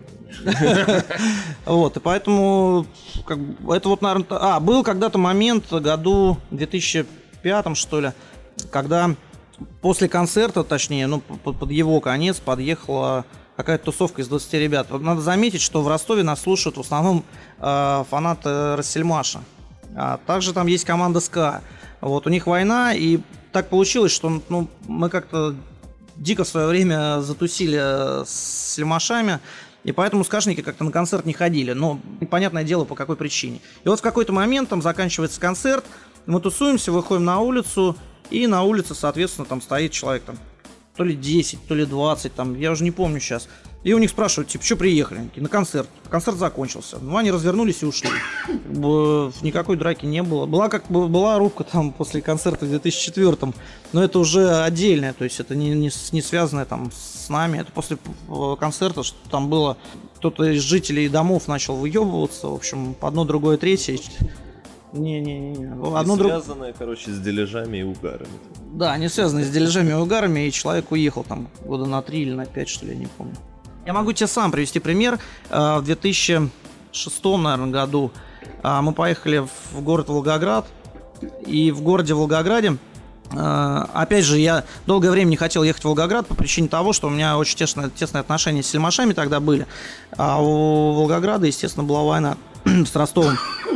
Вот, и поэтому, это вот, наверное, был когда-то момент, году 2005, что ли, когда после концерта, точнее, под его конец подъехала какая-то тусовка из 20 ребят. Надо заметить, что в Ростове нас слушают в основном фанаты Россельмаша. Также там есть команда СКА. Вот, у них война, и так получилось, что мы как-то дико в свое время затусили с сельмашами, и поэтому скашники как-то на концерт не ходили. Но понятное дело, по какой причине. И вот в какой-то момент там заканчивается концерт, мы тусуемся, выходим на улицу, и на улице, соответственно, там стоит человек там то ли 10, то ли 20, там, я уже не помню сейчас. И у них спрашивают, что приехали? Они такие, на концерт. Концерт закончился. Они развернулись и ушли. Никакой драки не было. Была рубка там после концерта в 2004-м, но это уже отдельное, то есть это не связанное там с нами. Это после концерта, что там было, кто-то из жителей домов начал выебываться, в общем, одно, другое, третье. Связанное, с дележами и угарами. Да, они связаны с дележами и угарами, и человек уехал там года на 3 или на 5, что ли, я не помню. Я могу тебе сам привести пример. В 2006, наверное, году мы поехали в город Волгоград, и в городе Волгограде, опять же, я долгое время не хотел ехать в Волгоград по причине того, что у меня очень тесные отношения с сельмашами тогда были, а у Волгограда, естественно, была война с Ростовом.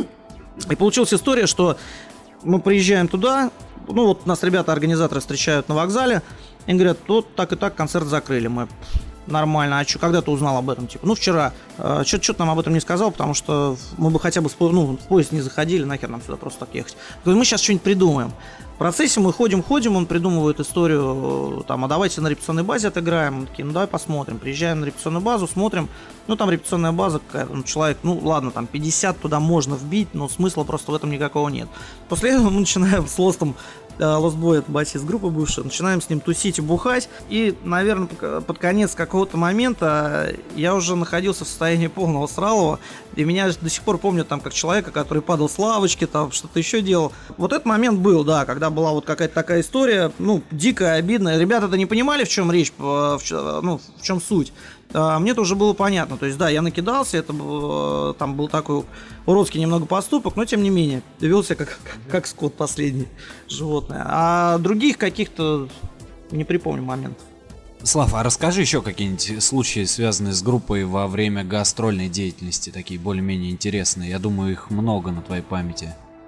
И получилась история, что мы приезжаем туда, нас ребята-организаторы встречают на вокзале, и говорят, вот так и так концерт закрыли. Мы, нормально, а что, когда ты узнал об этом? Вчера. Что-то нам об этом не сказал, потому что мы бы хотя бы в поезд не заходили, нахер нам сюда просто так ехать. Мы сейчас что-нибудь придумаем. В процессе мы ходим, он придумывает историю, а давайте на репетиционной базе отыграем. Мы такие, давай посмотрим. Приезжаем на репетиционную базу, смотрим. Там репетиционная база какая-то, человек, ладно, там 50 туда можно вбить, но смысла просто в этом никакого нет. После этого мы начинаем с Лостом, Лостбой, это басист группы бывший, начинаем с ним тусить и бухать. И, наверное, под конец какого-то момента я уже находился в состоянии полного сралого. И меня до сих пор помнят там как человека, который падал с лавочки, там что-то еще делал. Вот этот момент был, да, когда была вот какая-то такая история, дикая, обидная. Ребята-то не понимали, в чем речь, в чем суть. Мне-то уже было понятно. То есть, да, я накидался, это там был такой уродский немного поступок, но тем не менее, вел себя как скот последний, животное. А других каких-то не припомню моментов. Слав, а расскажи еще какие-нибудь случаи, связанные с группой во время гастрольной деятельности, такие более-менее интересные. Я думаю, их много на твоей памяти.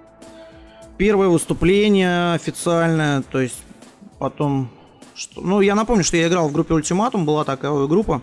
Первое выступление официальное, то есть потом... я напомню, что я играл в группе «Ультиматум», была такая группа.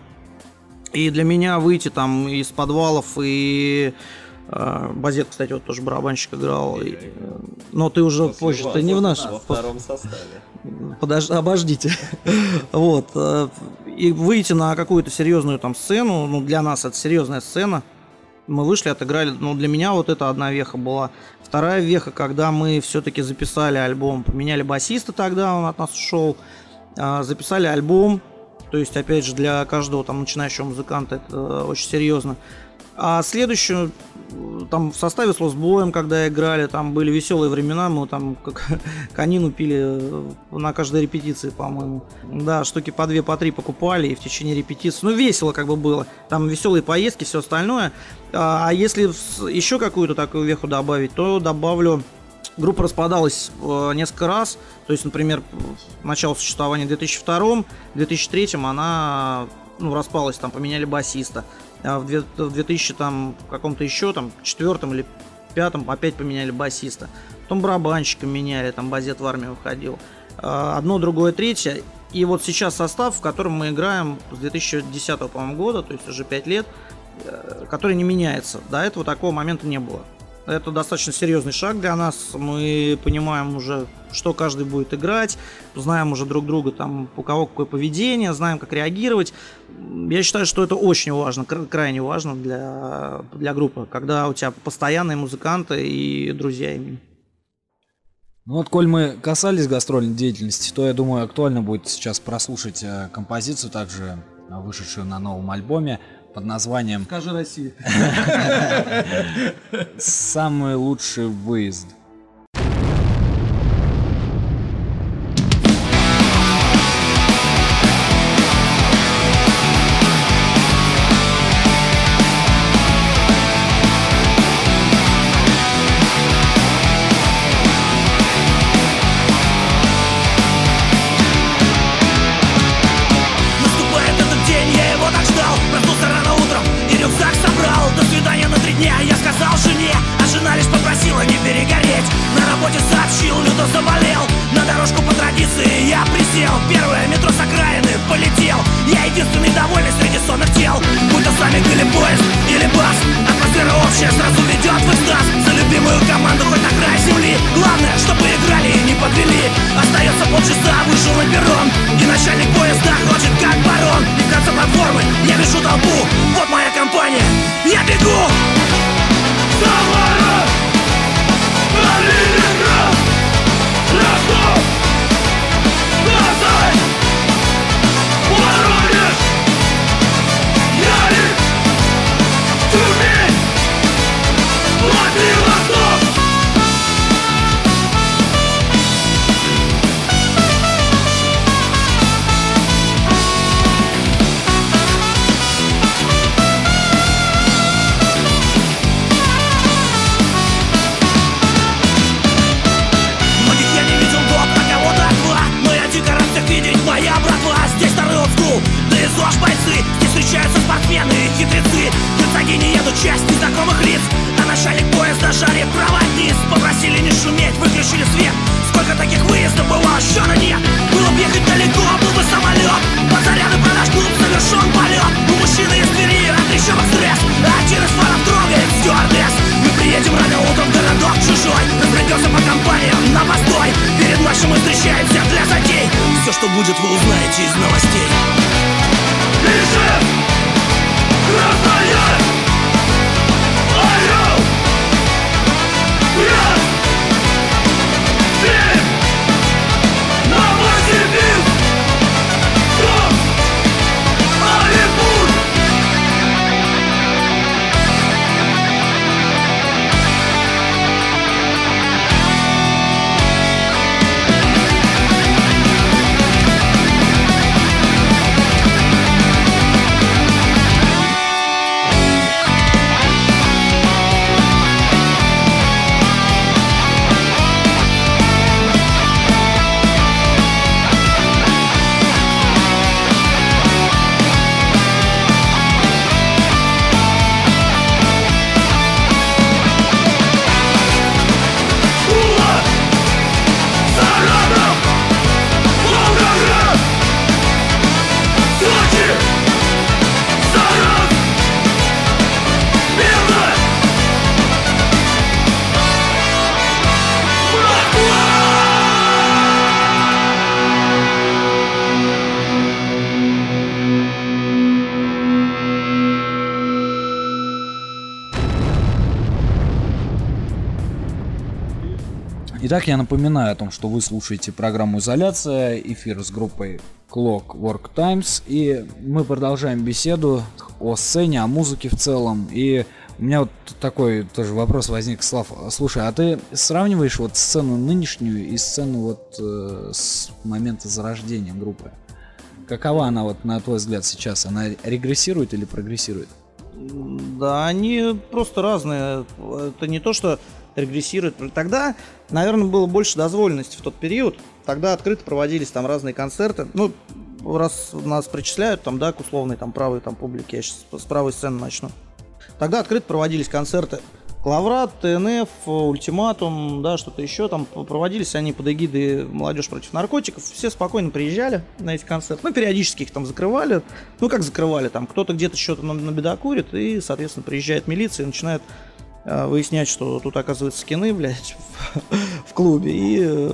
И для меня выйти там из подвалов, и Базет, кстати, вот тоже барабанщик играл. Но ты уже позже, ты не в нашем. Во втором составе. Обождите. Вот. И выйти на какую-то серьезную там сцену, для нас это серьезная сцена. Мы вышли, отыграли. Для меня вот это одна веха была. Вторая веха, когда мы все-таки записали альбом. Поменяли басиста тогда, он от нас ушел. Записали альбом. То есть, опять же, для каждого там начинающего музыканта это очень серьезно. А следующую, там в составе с Lost Boy'ем, когда играли, там были веселые времена, мы там как конину пили на каждой репетиции, по-моему. Да, штуки по 2, по 3 покупали и в течение репетиции. Ну, весело как бы было. Там веселые поездки, все остальное. А если еще какую-то такую веху добавить, то добавлю... Группа распадалась несколько раз. То есть, например, начало существования в 2002, в 2003 она распалась, там поменяли басиста. А в 2000 там каком-то еще, там, 4 или 5 опять поменяли басиста. Потом барабанщика меняли, там Базет в армию уходил. Одно, другое, третье. И вот сейчас состав, в котором мы играем с 2010, по-моему, года, то есть уже 5 лет, который не меняется. До этого такого момента не было. Это достаточно серьезный шаг для нас. Мы понимаем уже, что каждый будет играть, знаем уже друг друга, там, у кого какое поведение, знаем, как реагировать. Я считаю, что это очень важно, крайне важно для группы, когда у тебя постоянные музыканты и друзья именно. Ну вот, коль мы касались гастрольной деятельности, то, я думаю, актуально будет сейчас прослушать композицию, также вышедшую на новом альбоме, под названием «Скажи Россия». «Самый лучший выезд». Итак, я напоминаю о том, что вы слушаете программу «Изоляция», эфир с группой Clockwork Times, и мы продолжаем беседу о сцене, о музыке в целом. И у меня вот такой тоже вопрос возник, Слав. Слушай, а ты сравниваешь вот сцену нынешнюю и сцену вот с момента зарождения группы? Какова она вот на твой взгляд сейчас? Она регрессирует или прогрессирует? Да, они просто разные. Это не то, что регрессирует. Тогда, наверное, было больше дозволенности в тот период. Тогда открыто проводились там разные концерты. Ну, раз нас причисляют там, да, к условной там правой там публике, я сейчас с правой сцены начну. Тогда открыто проводились концерты. Клаврат, ТНФ, Ультиматум, да, что-то еще там. Проводились они под эгидой «Молодежь против наркотиков». Все спокойно приезжали на эти концерты. Ну, периодически их там закрывали. Ну, как закрывали? Там кто-то где-то что-то набедокурит, и, соответственно, приезжает милиция и начинает выяснять, что тут, оказывается, скины, блядь, в клубе. И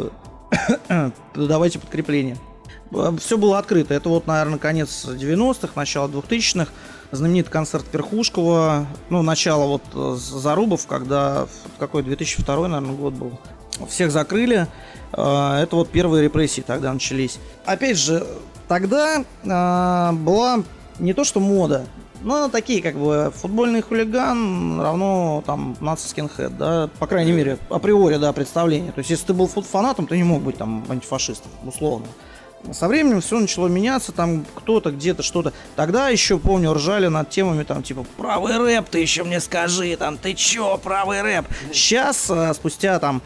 давайте подкрепление. Все было открыто. Это вот, наверное, конец 90-х, начало 2000-х. Знаменитый концерт Перхушкова, ну, начало вот Зарубов, когда, какой, 2002, наверное, год был. Всех закрыли. Это вот первые репрессии тогда начались. Опять же, тогда была не то что мода, но такие, как бы, футбольный хулиган равно там наци-скинхед, да, по крайней мере, априори, да, представление. То есть, если ты был фанатом, ты не мог быть там антифашистом, условно. Со временем все начало меняться, там кто-то где-то что-то. Тогда еще, помню, ржали над темами там типа «Правый рэп, ты еще мне скажи, там, ты че, правый рэп?» Сейчас, спустя там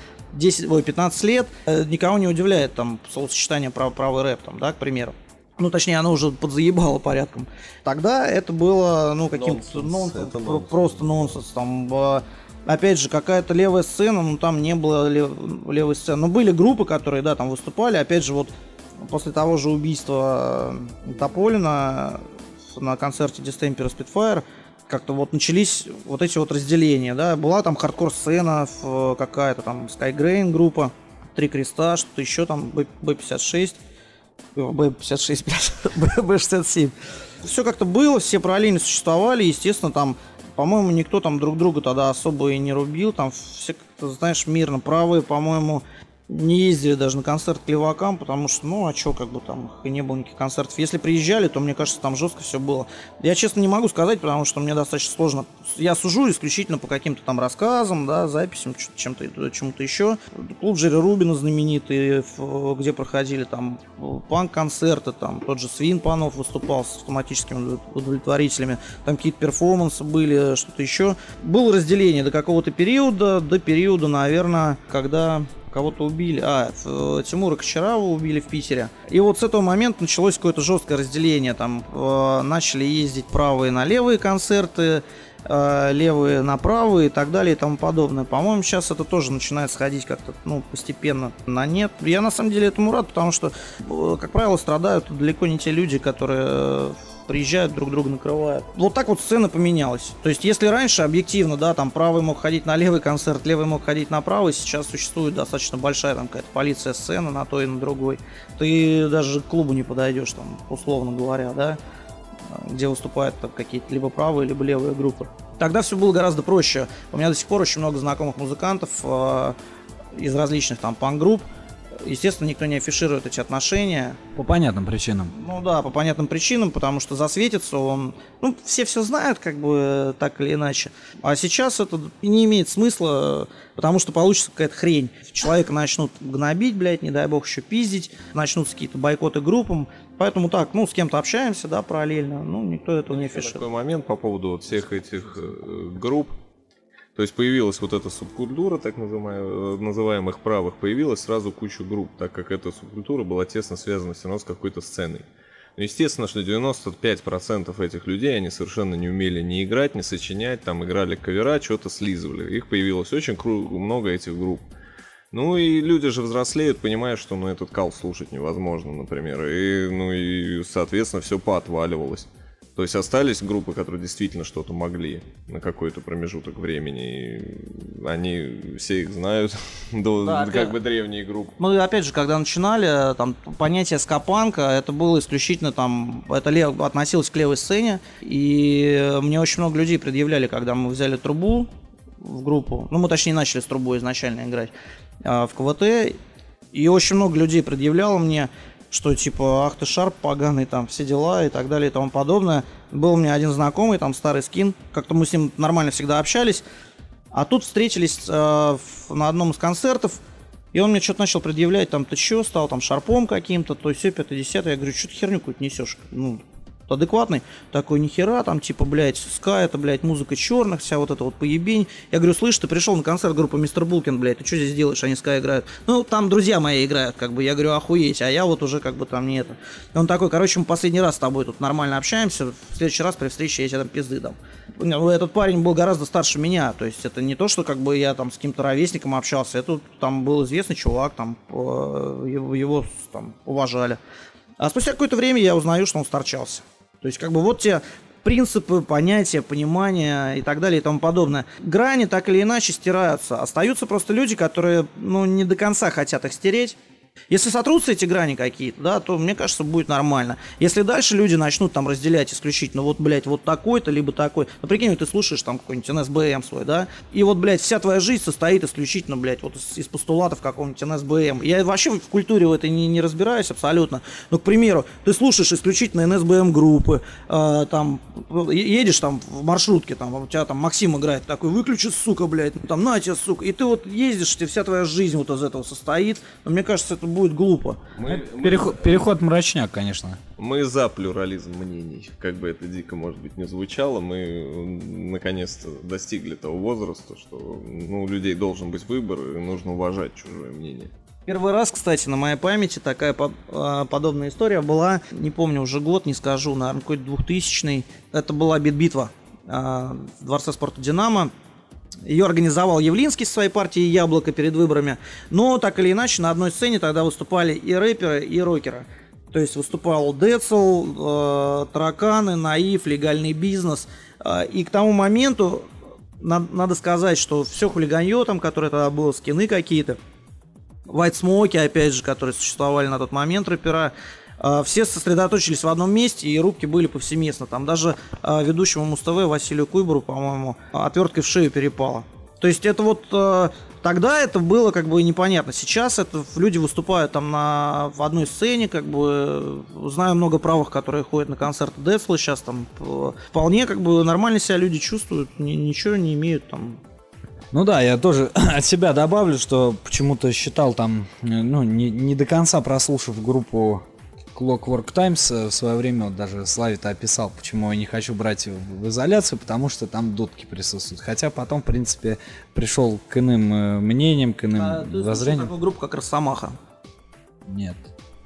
15 лет, никого не удивляет там словосочетание правый рэп, там, да, к примеру. Ну, точнее, оно уже подзаебало порядком. Тогда это было, ну, каким-то просто нонсенс. Там, опять же, какая-то левая сцена, ну, там не было левой сцены. Но были группы, которые, да, там выступали. Опять же, вот после того же убийства Тополина на концерте Distemper и Spitfire как-то вот начались вот эти вот разделения, да. Была там хардкор-сцена какая-то, там Skygrain группа, Три Креста, что-то еще там, B56. B56, B67. Все как-то было, все параллельно существовали, естественно, там, по-моему, никто там друг друга тогда особо и не рубил, там все как-то, знаешь, мирно. Правые, по-моему, не ездили даже на концерт к левакам, потому что, ну, а чё, как бы там и не было никаких концертов. Если приезжали, то, мне кажется, там жестко все было. Я, честно, не могу сказать, потому что мне достаточно сложно. Я сужу исключительно по каким-то там рассказам, да, записям, чему-то еще. Клуб Джерри Рубина знаменитый, где проходили там панк-концерты, там тот же Свин Панов выступал с автоматическими удовлетворителями, там какие-то перформансы были, что-то еще. Было разделение до какого-то периода, наверное, когда кого-то убили. Тимура Кочарава убили в Питере. И вот с этого момента началось какое-то жесткое разделение. Там начали ездить правые на левые концерты, левые на правые и так далее и тому подобное. По-моему, сейчас это тоже начинает сходить как-то, ну, постепенно на нет. Я на самом деле этому рад, потому что, как правило, страдают далеко не те люди, которые приезжают, друг друга накрывают. Вот так вот сцена поменялась. То есть, если раньше объективно, да, там правый мог ходить на левый концерт, левый мог ходить на правый, сейчас существует достаточно большая там какая-то полиция сцены на той и на другой. Ты даже к клубу не подойдешь, там, условно говоря, да, где выступают там какие-то либо правые, либо левые группы. Тогда все было гораздо проще. У меня до сих пор очень много знакомых музыкантов из различных там панк-групп. Естественно, никто не афиширует эти отношения. По понятным причинам. Ну да, по понятным причинам, потому что засветится он... Ну, все знают, как бы, так или иначе. А сейчас это не имеет смысла, потому что получится какая-то хрень. Человека начнут гнобить, блядь, не дай бог еще пиздить. Начнутся какие-то бойкоты группам. Поэтому так, ну, с кем-то общаемся, да, параллельно. Ну, никто этого не афиширует. Такой момент по поводу вот всех этих групп. То есть появилась вот эта субкультура, так называемых правых, появилась сразу куча групп, так как эта субкультура была тесно связана все равно с какой-то сценой. Но естественно, что 95% этих людей, они совершенно не умели ни играть, ни сочинять, там играли кавера, что-то слизывали. Их появилось очень много этих групп. Ну и люди же взрослеют, понимая, что ну, этот кал слушать невозможно, например. И соответственно, все поотваливалось. То есть остались группы, которые действительно что-то могли на какой-то промежуток времени. И они все их знают, да, как бы древние группы. Мы, опять же, когда начинали, там понятие скапанка, это было исключительно там, это относилось к левой сцене. И мне очень много людей предъявляли, когда мы взяли трубу в группу. Ну, мы точнее начали с трубой изначально играть в КВТ. И очень много людей предъявляло мне, что типа ах ты шарп поганый, там все дела и так далее и тому подобное. Был у меня один знакомый, там старый скин, как-то мы с ним нормально всегда общались, а тут встретились на одном из концертов, и он мне что-то начал предъявлять, там, ты чё, стал там шарпом каким-то, то все, 5-10, я говорю, что ты херню какую-то несешь, ну, адекватный, такой нихера, там, типа, блядь, ска, это, блядь, музыка черных, вся вот эта вот поебень. Я говорю, слышь, ты пришел на концерт группы Мистер Булкин, блядь, ты что здесь делаешь, они ска играют? Ну, там друзья мои играют, как бы, я говорю, охуеть, а я вот уже, как бы, там не это. И он такой, короче, мы последний раз с тобой тут нормально общаемся, в следующий раз при встрече я тебе там пизды дам. Этот парень был гораздо старше меня, то есть это не то, что, как бы, я там с каким-то ровесником общался, это там был известный чувак, там, его там уважали. А спустя какое-то время я узнаю, что он сторчался. То есть, как бы, вот те принципы, понятия, понимания и так далее и тому подобное. Грани так или иначе стираются. Остаются просто люди, которые, ну, не до конца хотят их стереть. Если сотрутся эти грани какие-то, да, то, мне кажется, будет нормально. Если дальше люди начнут там разделять исключительно вот, блядь, вот такой-то, либо такой. Ну, прикинь, ты слушаешь там какой-нибудь НСБМ свой, да, и вот, блядь, вся твоя жизнь состоит исключительно, блядь, вот из постулатов какого-нибудь НСБМ. Я вообще в культуре в этой не разбираюсь абсолютно. Но, к примеру, ты слушаешь исключительно НСБМ группы, там, едешь там в маршрутке, там, у тебя там Максим играет, такой, выключи, сука, блядь, там, на тебе, сука. И ты вот ездишь, и вся твоя жизнь вот из этого состоит. Но мне кажется, это будет глупо. Переход мрачняк, конечно. Мы за плюрализм мнений. Как бы это дико, может быть, не звучало, мы наконец-то достигли того возраста, что у людей должен быть выбор, и нужно уважать чужое мнение. Первый раз, кстати, на моей памяти такая подобная история была, не помню уже год, не скажу, наверное, какой-то 2000-й. Это была бит-битва в Дворце спорта «Динамо». Ее организовал Явлинский со своей партией «Яблоко» перед выборами. Но, так или иначе, на одной сцене тогда выступали и рэперы, и рокеры. То есть выступал Децл, Тараканы, Наив, Легальный бизнес. И к тому моменту, надо сказать, что все хулиганье там, которое тогда было, скины какие-то, White Smoke, опять же, которые существовали на тот момент, рэпера, все сосредоточились в одном месте, и рубки были повсеместно. Там даже ведущему Муз-ТВ Василию Куйбуру, по-моему, отверткой в шею перепало. То есть это вот тогда это было как бы непонятно. Сейчас это люди выступают там в одной сцене, как бы знаю много правых, которые ходят на концерты Децла сейчас там вполне как бы нормально себя люди чувствуют, ничего не имеют там. Ну да, я тоже от себя добавлю, что почему-то считал там, ну, не до конца прослушав группу Clockwork Times в свое время, вот даже Славе-то описал, почему я не хочу брать в изоляцию, потому что там дудки присутствуют. Хотя потом, в принципе, пришел к иным мнениям, к иным воззрениям. Ты такую группу, как Росомаха? Нет.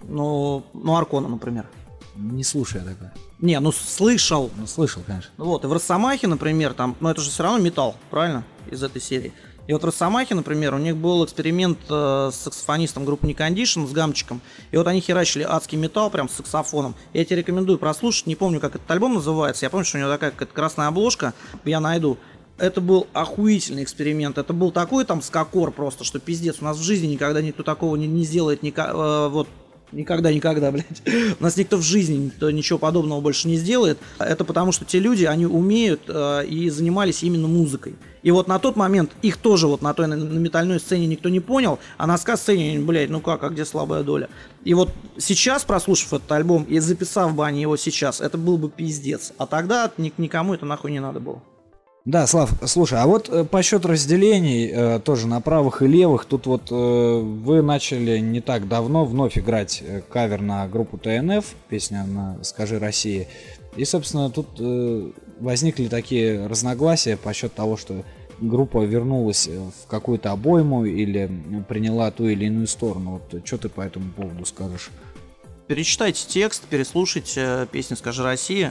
Ну, Аркона, например. Не слушаю я такое. Не, ну слышал. Ну, слышал, конечно. Вот, и в Росомахе, например, там, ну это же все равно металл, правильно? Из этой серии. И вот в Росомахе, например, у них был эксперимент с саксофонистом группы New Condition, с Гамчиком. И вот они херачили адский металл прям с саксофоном. Я тебе рекомендую прослушать. Не помню, как этот альбом называется. Я помню, что у него такая какая-то красная обложка. Я найду. Это был охуительный эксперимент. Это был такой там скакор просто, что пиздец. У нас в жизни никогда никто такого не сделает. Вот. Никогда, блядь. У нас никто в жизни ничего подобного больше не сделает. Это потому, что те люди, они умеют и занимались именно музыкой. И вот на тот момент их тоже вот на той на метальной сцене никто не понял, а на ска-сцене, блядь, ну как, а где слабая доля? И вот сейчас, прослушав этот альбом и записав бы они его сейчас, это был бы пиздец. А тогда никому это нахуй не надо было. Да, Слав, слушай, а вот по счету разделений, тоже на правых и левых, тут вот вы начали не так давно вновь играть кавер на группу ТНФ, песня на «Скажи России», и, собственно, тут возникли такие разногласия по счету того, что группа вернулась в какую-то обойму или приняла ту или иную сторону. Вот что ты по этому поводу скажешь? Перечитайте текст, переслушайте песню «Скажи Россия».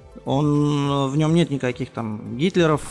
В нем нет никаких там Гитлеров,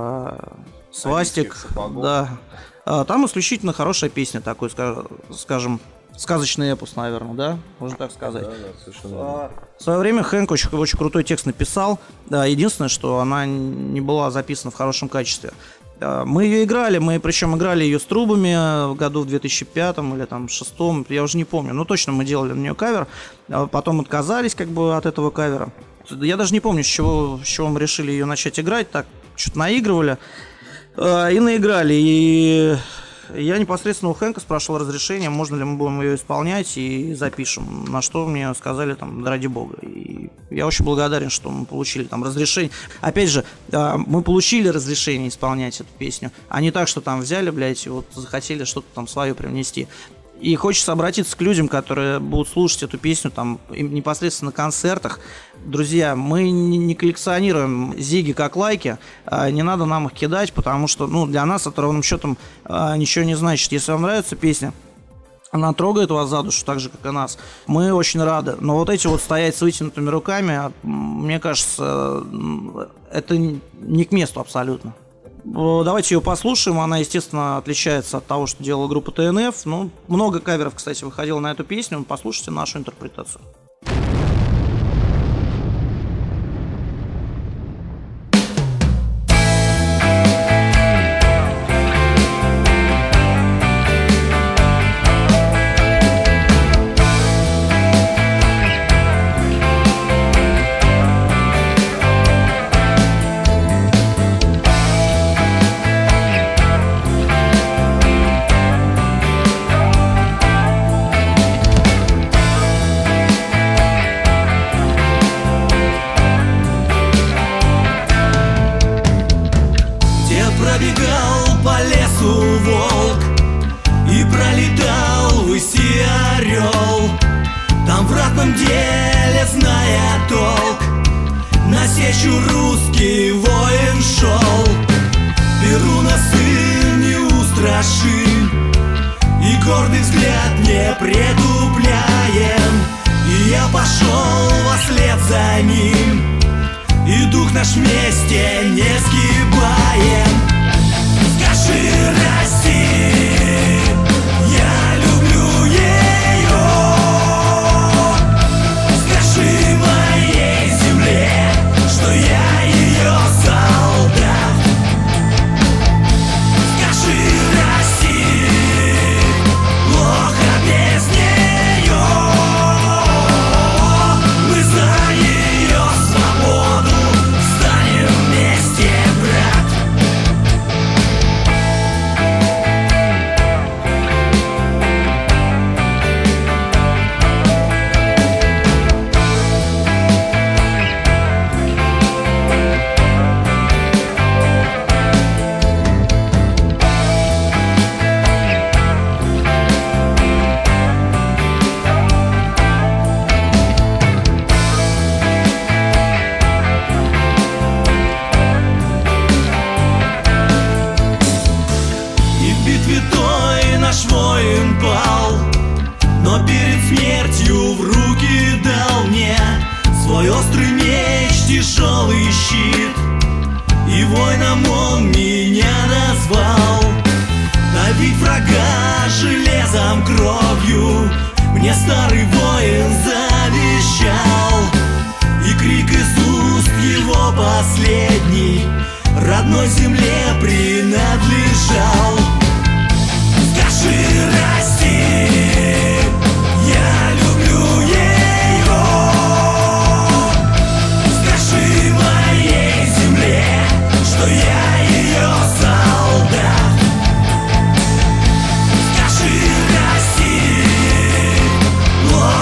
свастик, да. Там исключительно хорошая песня, такой, скажем, сказочный эпос, наверное, да, можно так сказать. Да, совершенно. В свое время Хэнк очень крутой текст написал. Да, единственное, что она не была записана в хорошем качестве. Мы ее играли, причем играли ее с трубами в году в 2005 или там 2006, я уже не помню, но точно мы делали на нее кавер, потом отказались как бы от этого кавера. Я даже не помню, с чего мы решили ее начать играть, так, что-то наигрывали и наиграли, и Я непосредственно у Хэнка спрашивал разрешение, можно ли мы будем ее исполнять и запишем. На что мне сказали, там, да ради бога. И я очень благодарен, что мы получили там разрешение. Опять же, мы получили разрешение исполнять эту песню, а не так, что там взяли, блядь, и вот захотели что-то там свое привнести. И хочется обратиться к людям, которые будут слушать эту песню там непосредственно на концертах. Друзья, мы не коллекционируем зиги как лайки, не надо нам их кидать, потому что, ну, для нас это ровным счетом ничего не значит. Если вам нравится песня, она трогает вас за душу, так же, как и нас, мы очень рады. Но вот эти вот стоять с вытянутыми руками, мне кажется, это не к месту абсолютно. Давайте ее послушаем. Она, естественно, отличается от того, что делала группа ТНФ. Ну, много каверов, кстати, выходило на эту песню. Послушайте нашу интерпретацию. Пробегал по лесу волк и пролетал ввыси орел. Там в ратном деле, зная толк, на сечу русский воин шел. Перуна сын неустрашим и гордый взгляд не притупляем. И я пошел вослед за ним, и дух наш вместе не сгибаем. Скажи, Россия, я люблю ее. Скажи моей земле, что я ее солдат. Скажи, Россия, плохо без нее. Мы за ее свободу станем вместе, брат. И в битве той наш воин пал, но перед смертью в руки дал мне свой острый меч, тяжелый щит. И воином он меня назвал. Давить врага железом, кровью мне старый воин завещал. И крик из уст его последний родной земле принадлежал. Скажи, Россия, я люблю ее. Скажи моей земле, что я ее солдат. Скажи, Россия,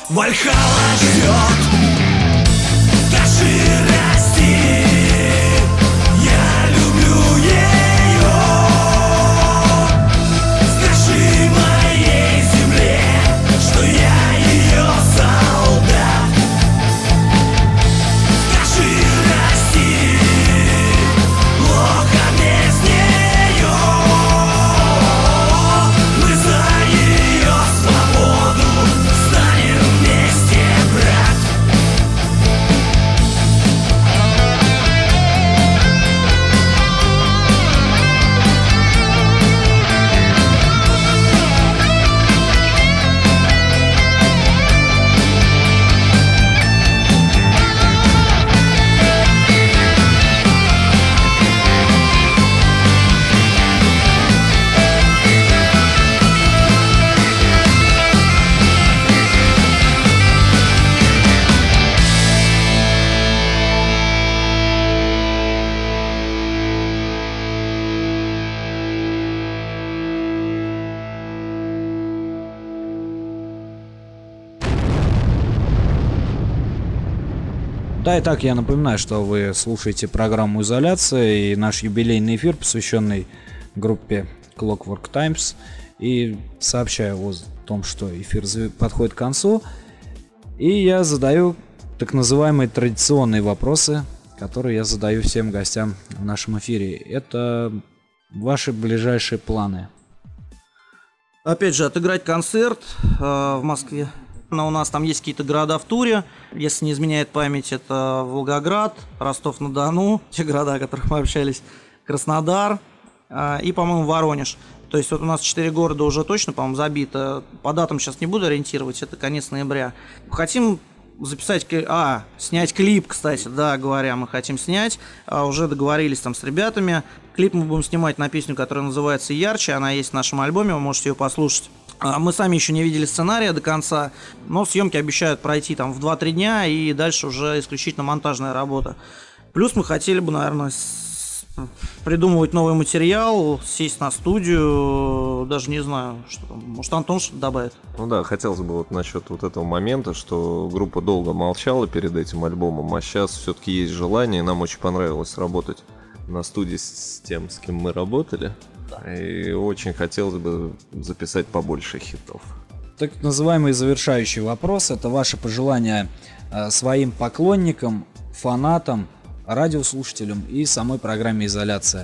Вальхалла живет, скажи, расти. Я люблю ее. Скажи моей земле, что я ее солдат. Скажи, расти, плохо без нее. Мы за ее свободу станем вместе, брат. Да, и так я напоминаю, что вы слушаете программу «Изоляция» и наш юбилейный эфир, посвященный группе Clockwork Times. И сообщаю о том, что эфир подходит к концу. И я задаю так называемые традиционные вопросы, которые я задаю всем гостям в нашем эфире. Это ваши ближайшие планы. Опять же, отыграть концерт в Москве. Но у нас там есть какие-то города в туре. Если не изменяет память, это Волгоград, Ростов-на-Дону, те города, о которых мы общались, Краснодар и, по-моему, Воронеж. То есть вот у нас 4 города уже точно, по-моему, забито. По датам сейчас не буду ориентировать, это конец ноября. Хотим записать, снять клип, кстати, да, говоря, мы хотим снять. Уже договорились там с ребятами. Клип мы будем снимать на песню, которая называется «Ярче». Она есть в нашем альбоме, вы можете ее послушать. Мы сами еще не видели сценария до конца, но съемки обещают пройти там в 2-3 дня, и дальше уже исключительно монтажная работа. Плюс мы хотели бы, наверное, придумывать новый материал, сесть на студию, даже не знаю, что там, может, Антон что-то добавит. Ну да, хотелось бы вот насчет вот этого момента, что группа долго молчала перед этим альбомом, а сейчас все-таки есть желание, и нам очень понравилось работать на студии с тем, с кем мы работали. И очень хотелось бы записать побольше хитов. Так называемый завершающий вопрос. Это ваше пожелание своим поклонникам, фанатам, радиослушателям и самой программе «Изоляция».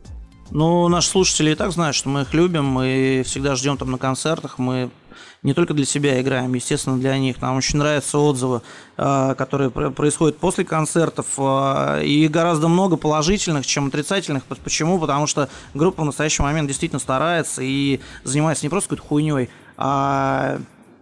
Ну, наши слушатели и так знают, что мы их любим, мы всегда ждем там на концертах, мы не только для себя играем, естественно, для них. Нам очень нравятся отзывы, которые происходят после концертов, и гораздо много положительных, чем отрицательных. Почему? Потому что группа в настоящий момент действительно старается и занимается не просто какой-то хуйней, а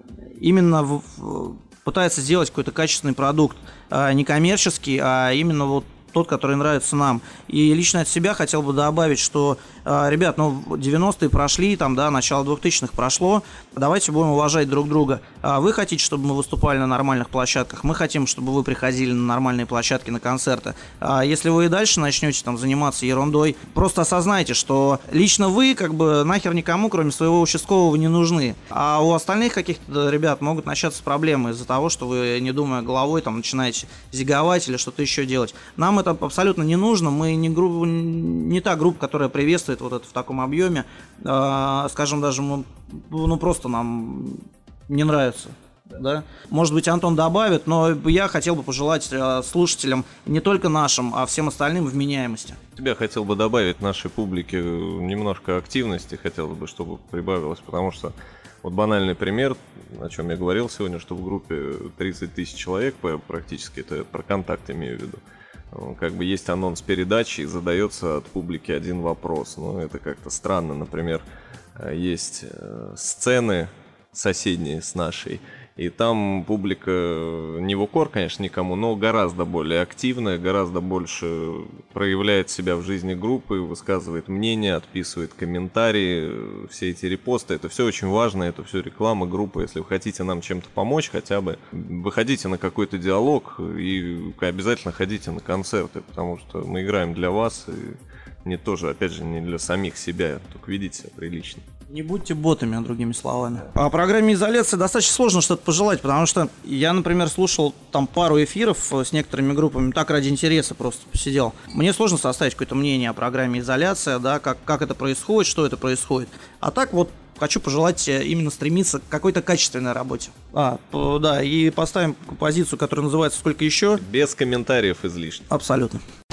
именно пытается сделать какой-то качественный продукт, не коммерческий, а именно вот тот, который нравится нам. И лично от себя хотел бы добавить, что, ребят, 90-е прошли, там, да, начало 2000-х прошло, давайте будем уважать друг друга. Вы хотите, чтобы мы выступали на нормальных площадках, мы хотим, чтобы вы приходили на нормальные площадки, на концерты. Если вы и дальше начнете там заниматься ерундой, просто осознайте, что лично вы, как бы, нахер никому, кроме своего участкового, не нужны. А у остальных каких-то ребят могут начаться проблемы из-за того, что вы, не думая головой, там, начинаете зиговать или что-то еще делать. Нам это абсолютно не нужно, мы не та группа, которая приветствует вот это в таком объеме, скажем, даже мы, просто нам не нравится, да? Может быть, Антон добавит, но я хотел бы пожелать слушателям, не только нашим, а всем остальным, вменяемости. Я хотел бы добавить нашей публике немножко активности, хотелось бы, чтобы прибавилось, потому что вот банальный пример, о чем я говорил сегодня, что в группе 30 тысяч человек практически, это про контакт имею в виду. Как бы есть анонс передачи и задается от публики один вопрос. Это как-то странно. Например, есть сцены соседние с нашей, и там публика не в укор, конечно, никому, но гораздо более активная, гораздо больше проявляет себя в жизни группы, высказывает мнение, отписывает комментарии, все эти репосты. Это все очень важно, это все реклама группы. Если вы хотите нам чем-то помочь, хотя бы выходите на какой-то диалог и обязательно ходите на концерты, потому что мы играем для вас, и не тоже, опять же, не для самих себя, только ведите себя прилично. Не будьте ботами, другими словами. О программе изоляции достаточно сложно что-то пожелать, потому что я, например, слушал там пару эфиров с некоторыми группами, так ради интереса просто посидел. Мне сложно составить какое-то мнение о программе изоляция, да, как это происходит, что это происходит. А так вот хочу пожелать именно стремиться к какой-то качественной работе. Да, и поставим композицию, которая называется «Сколько еще?» Без комментариев излишне. Абсолютно.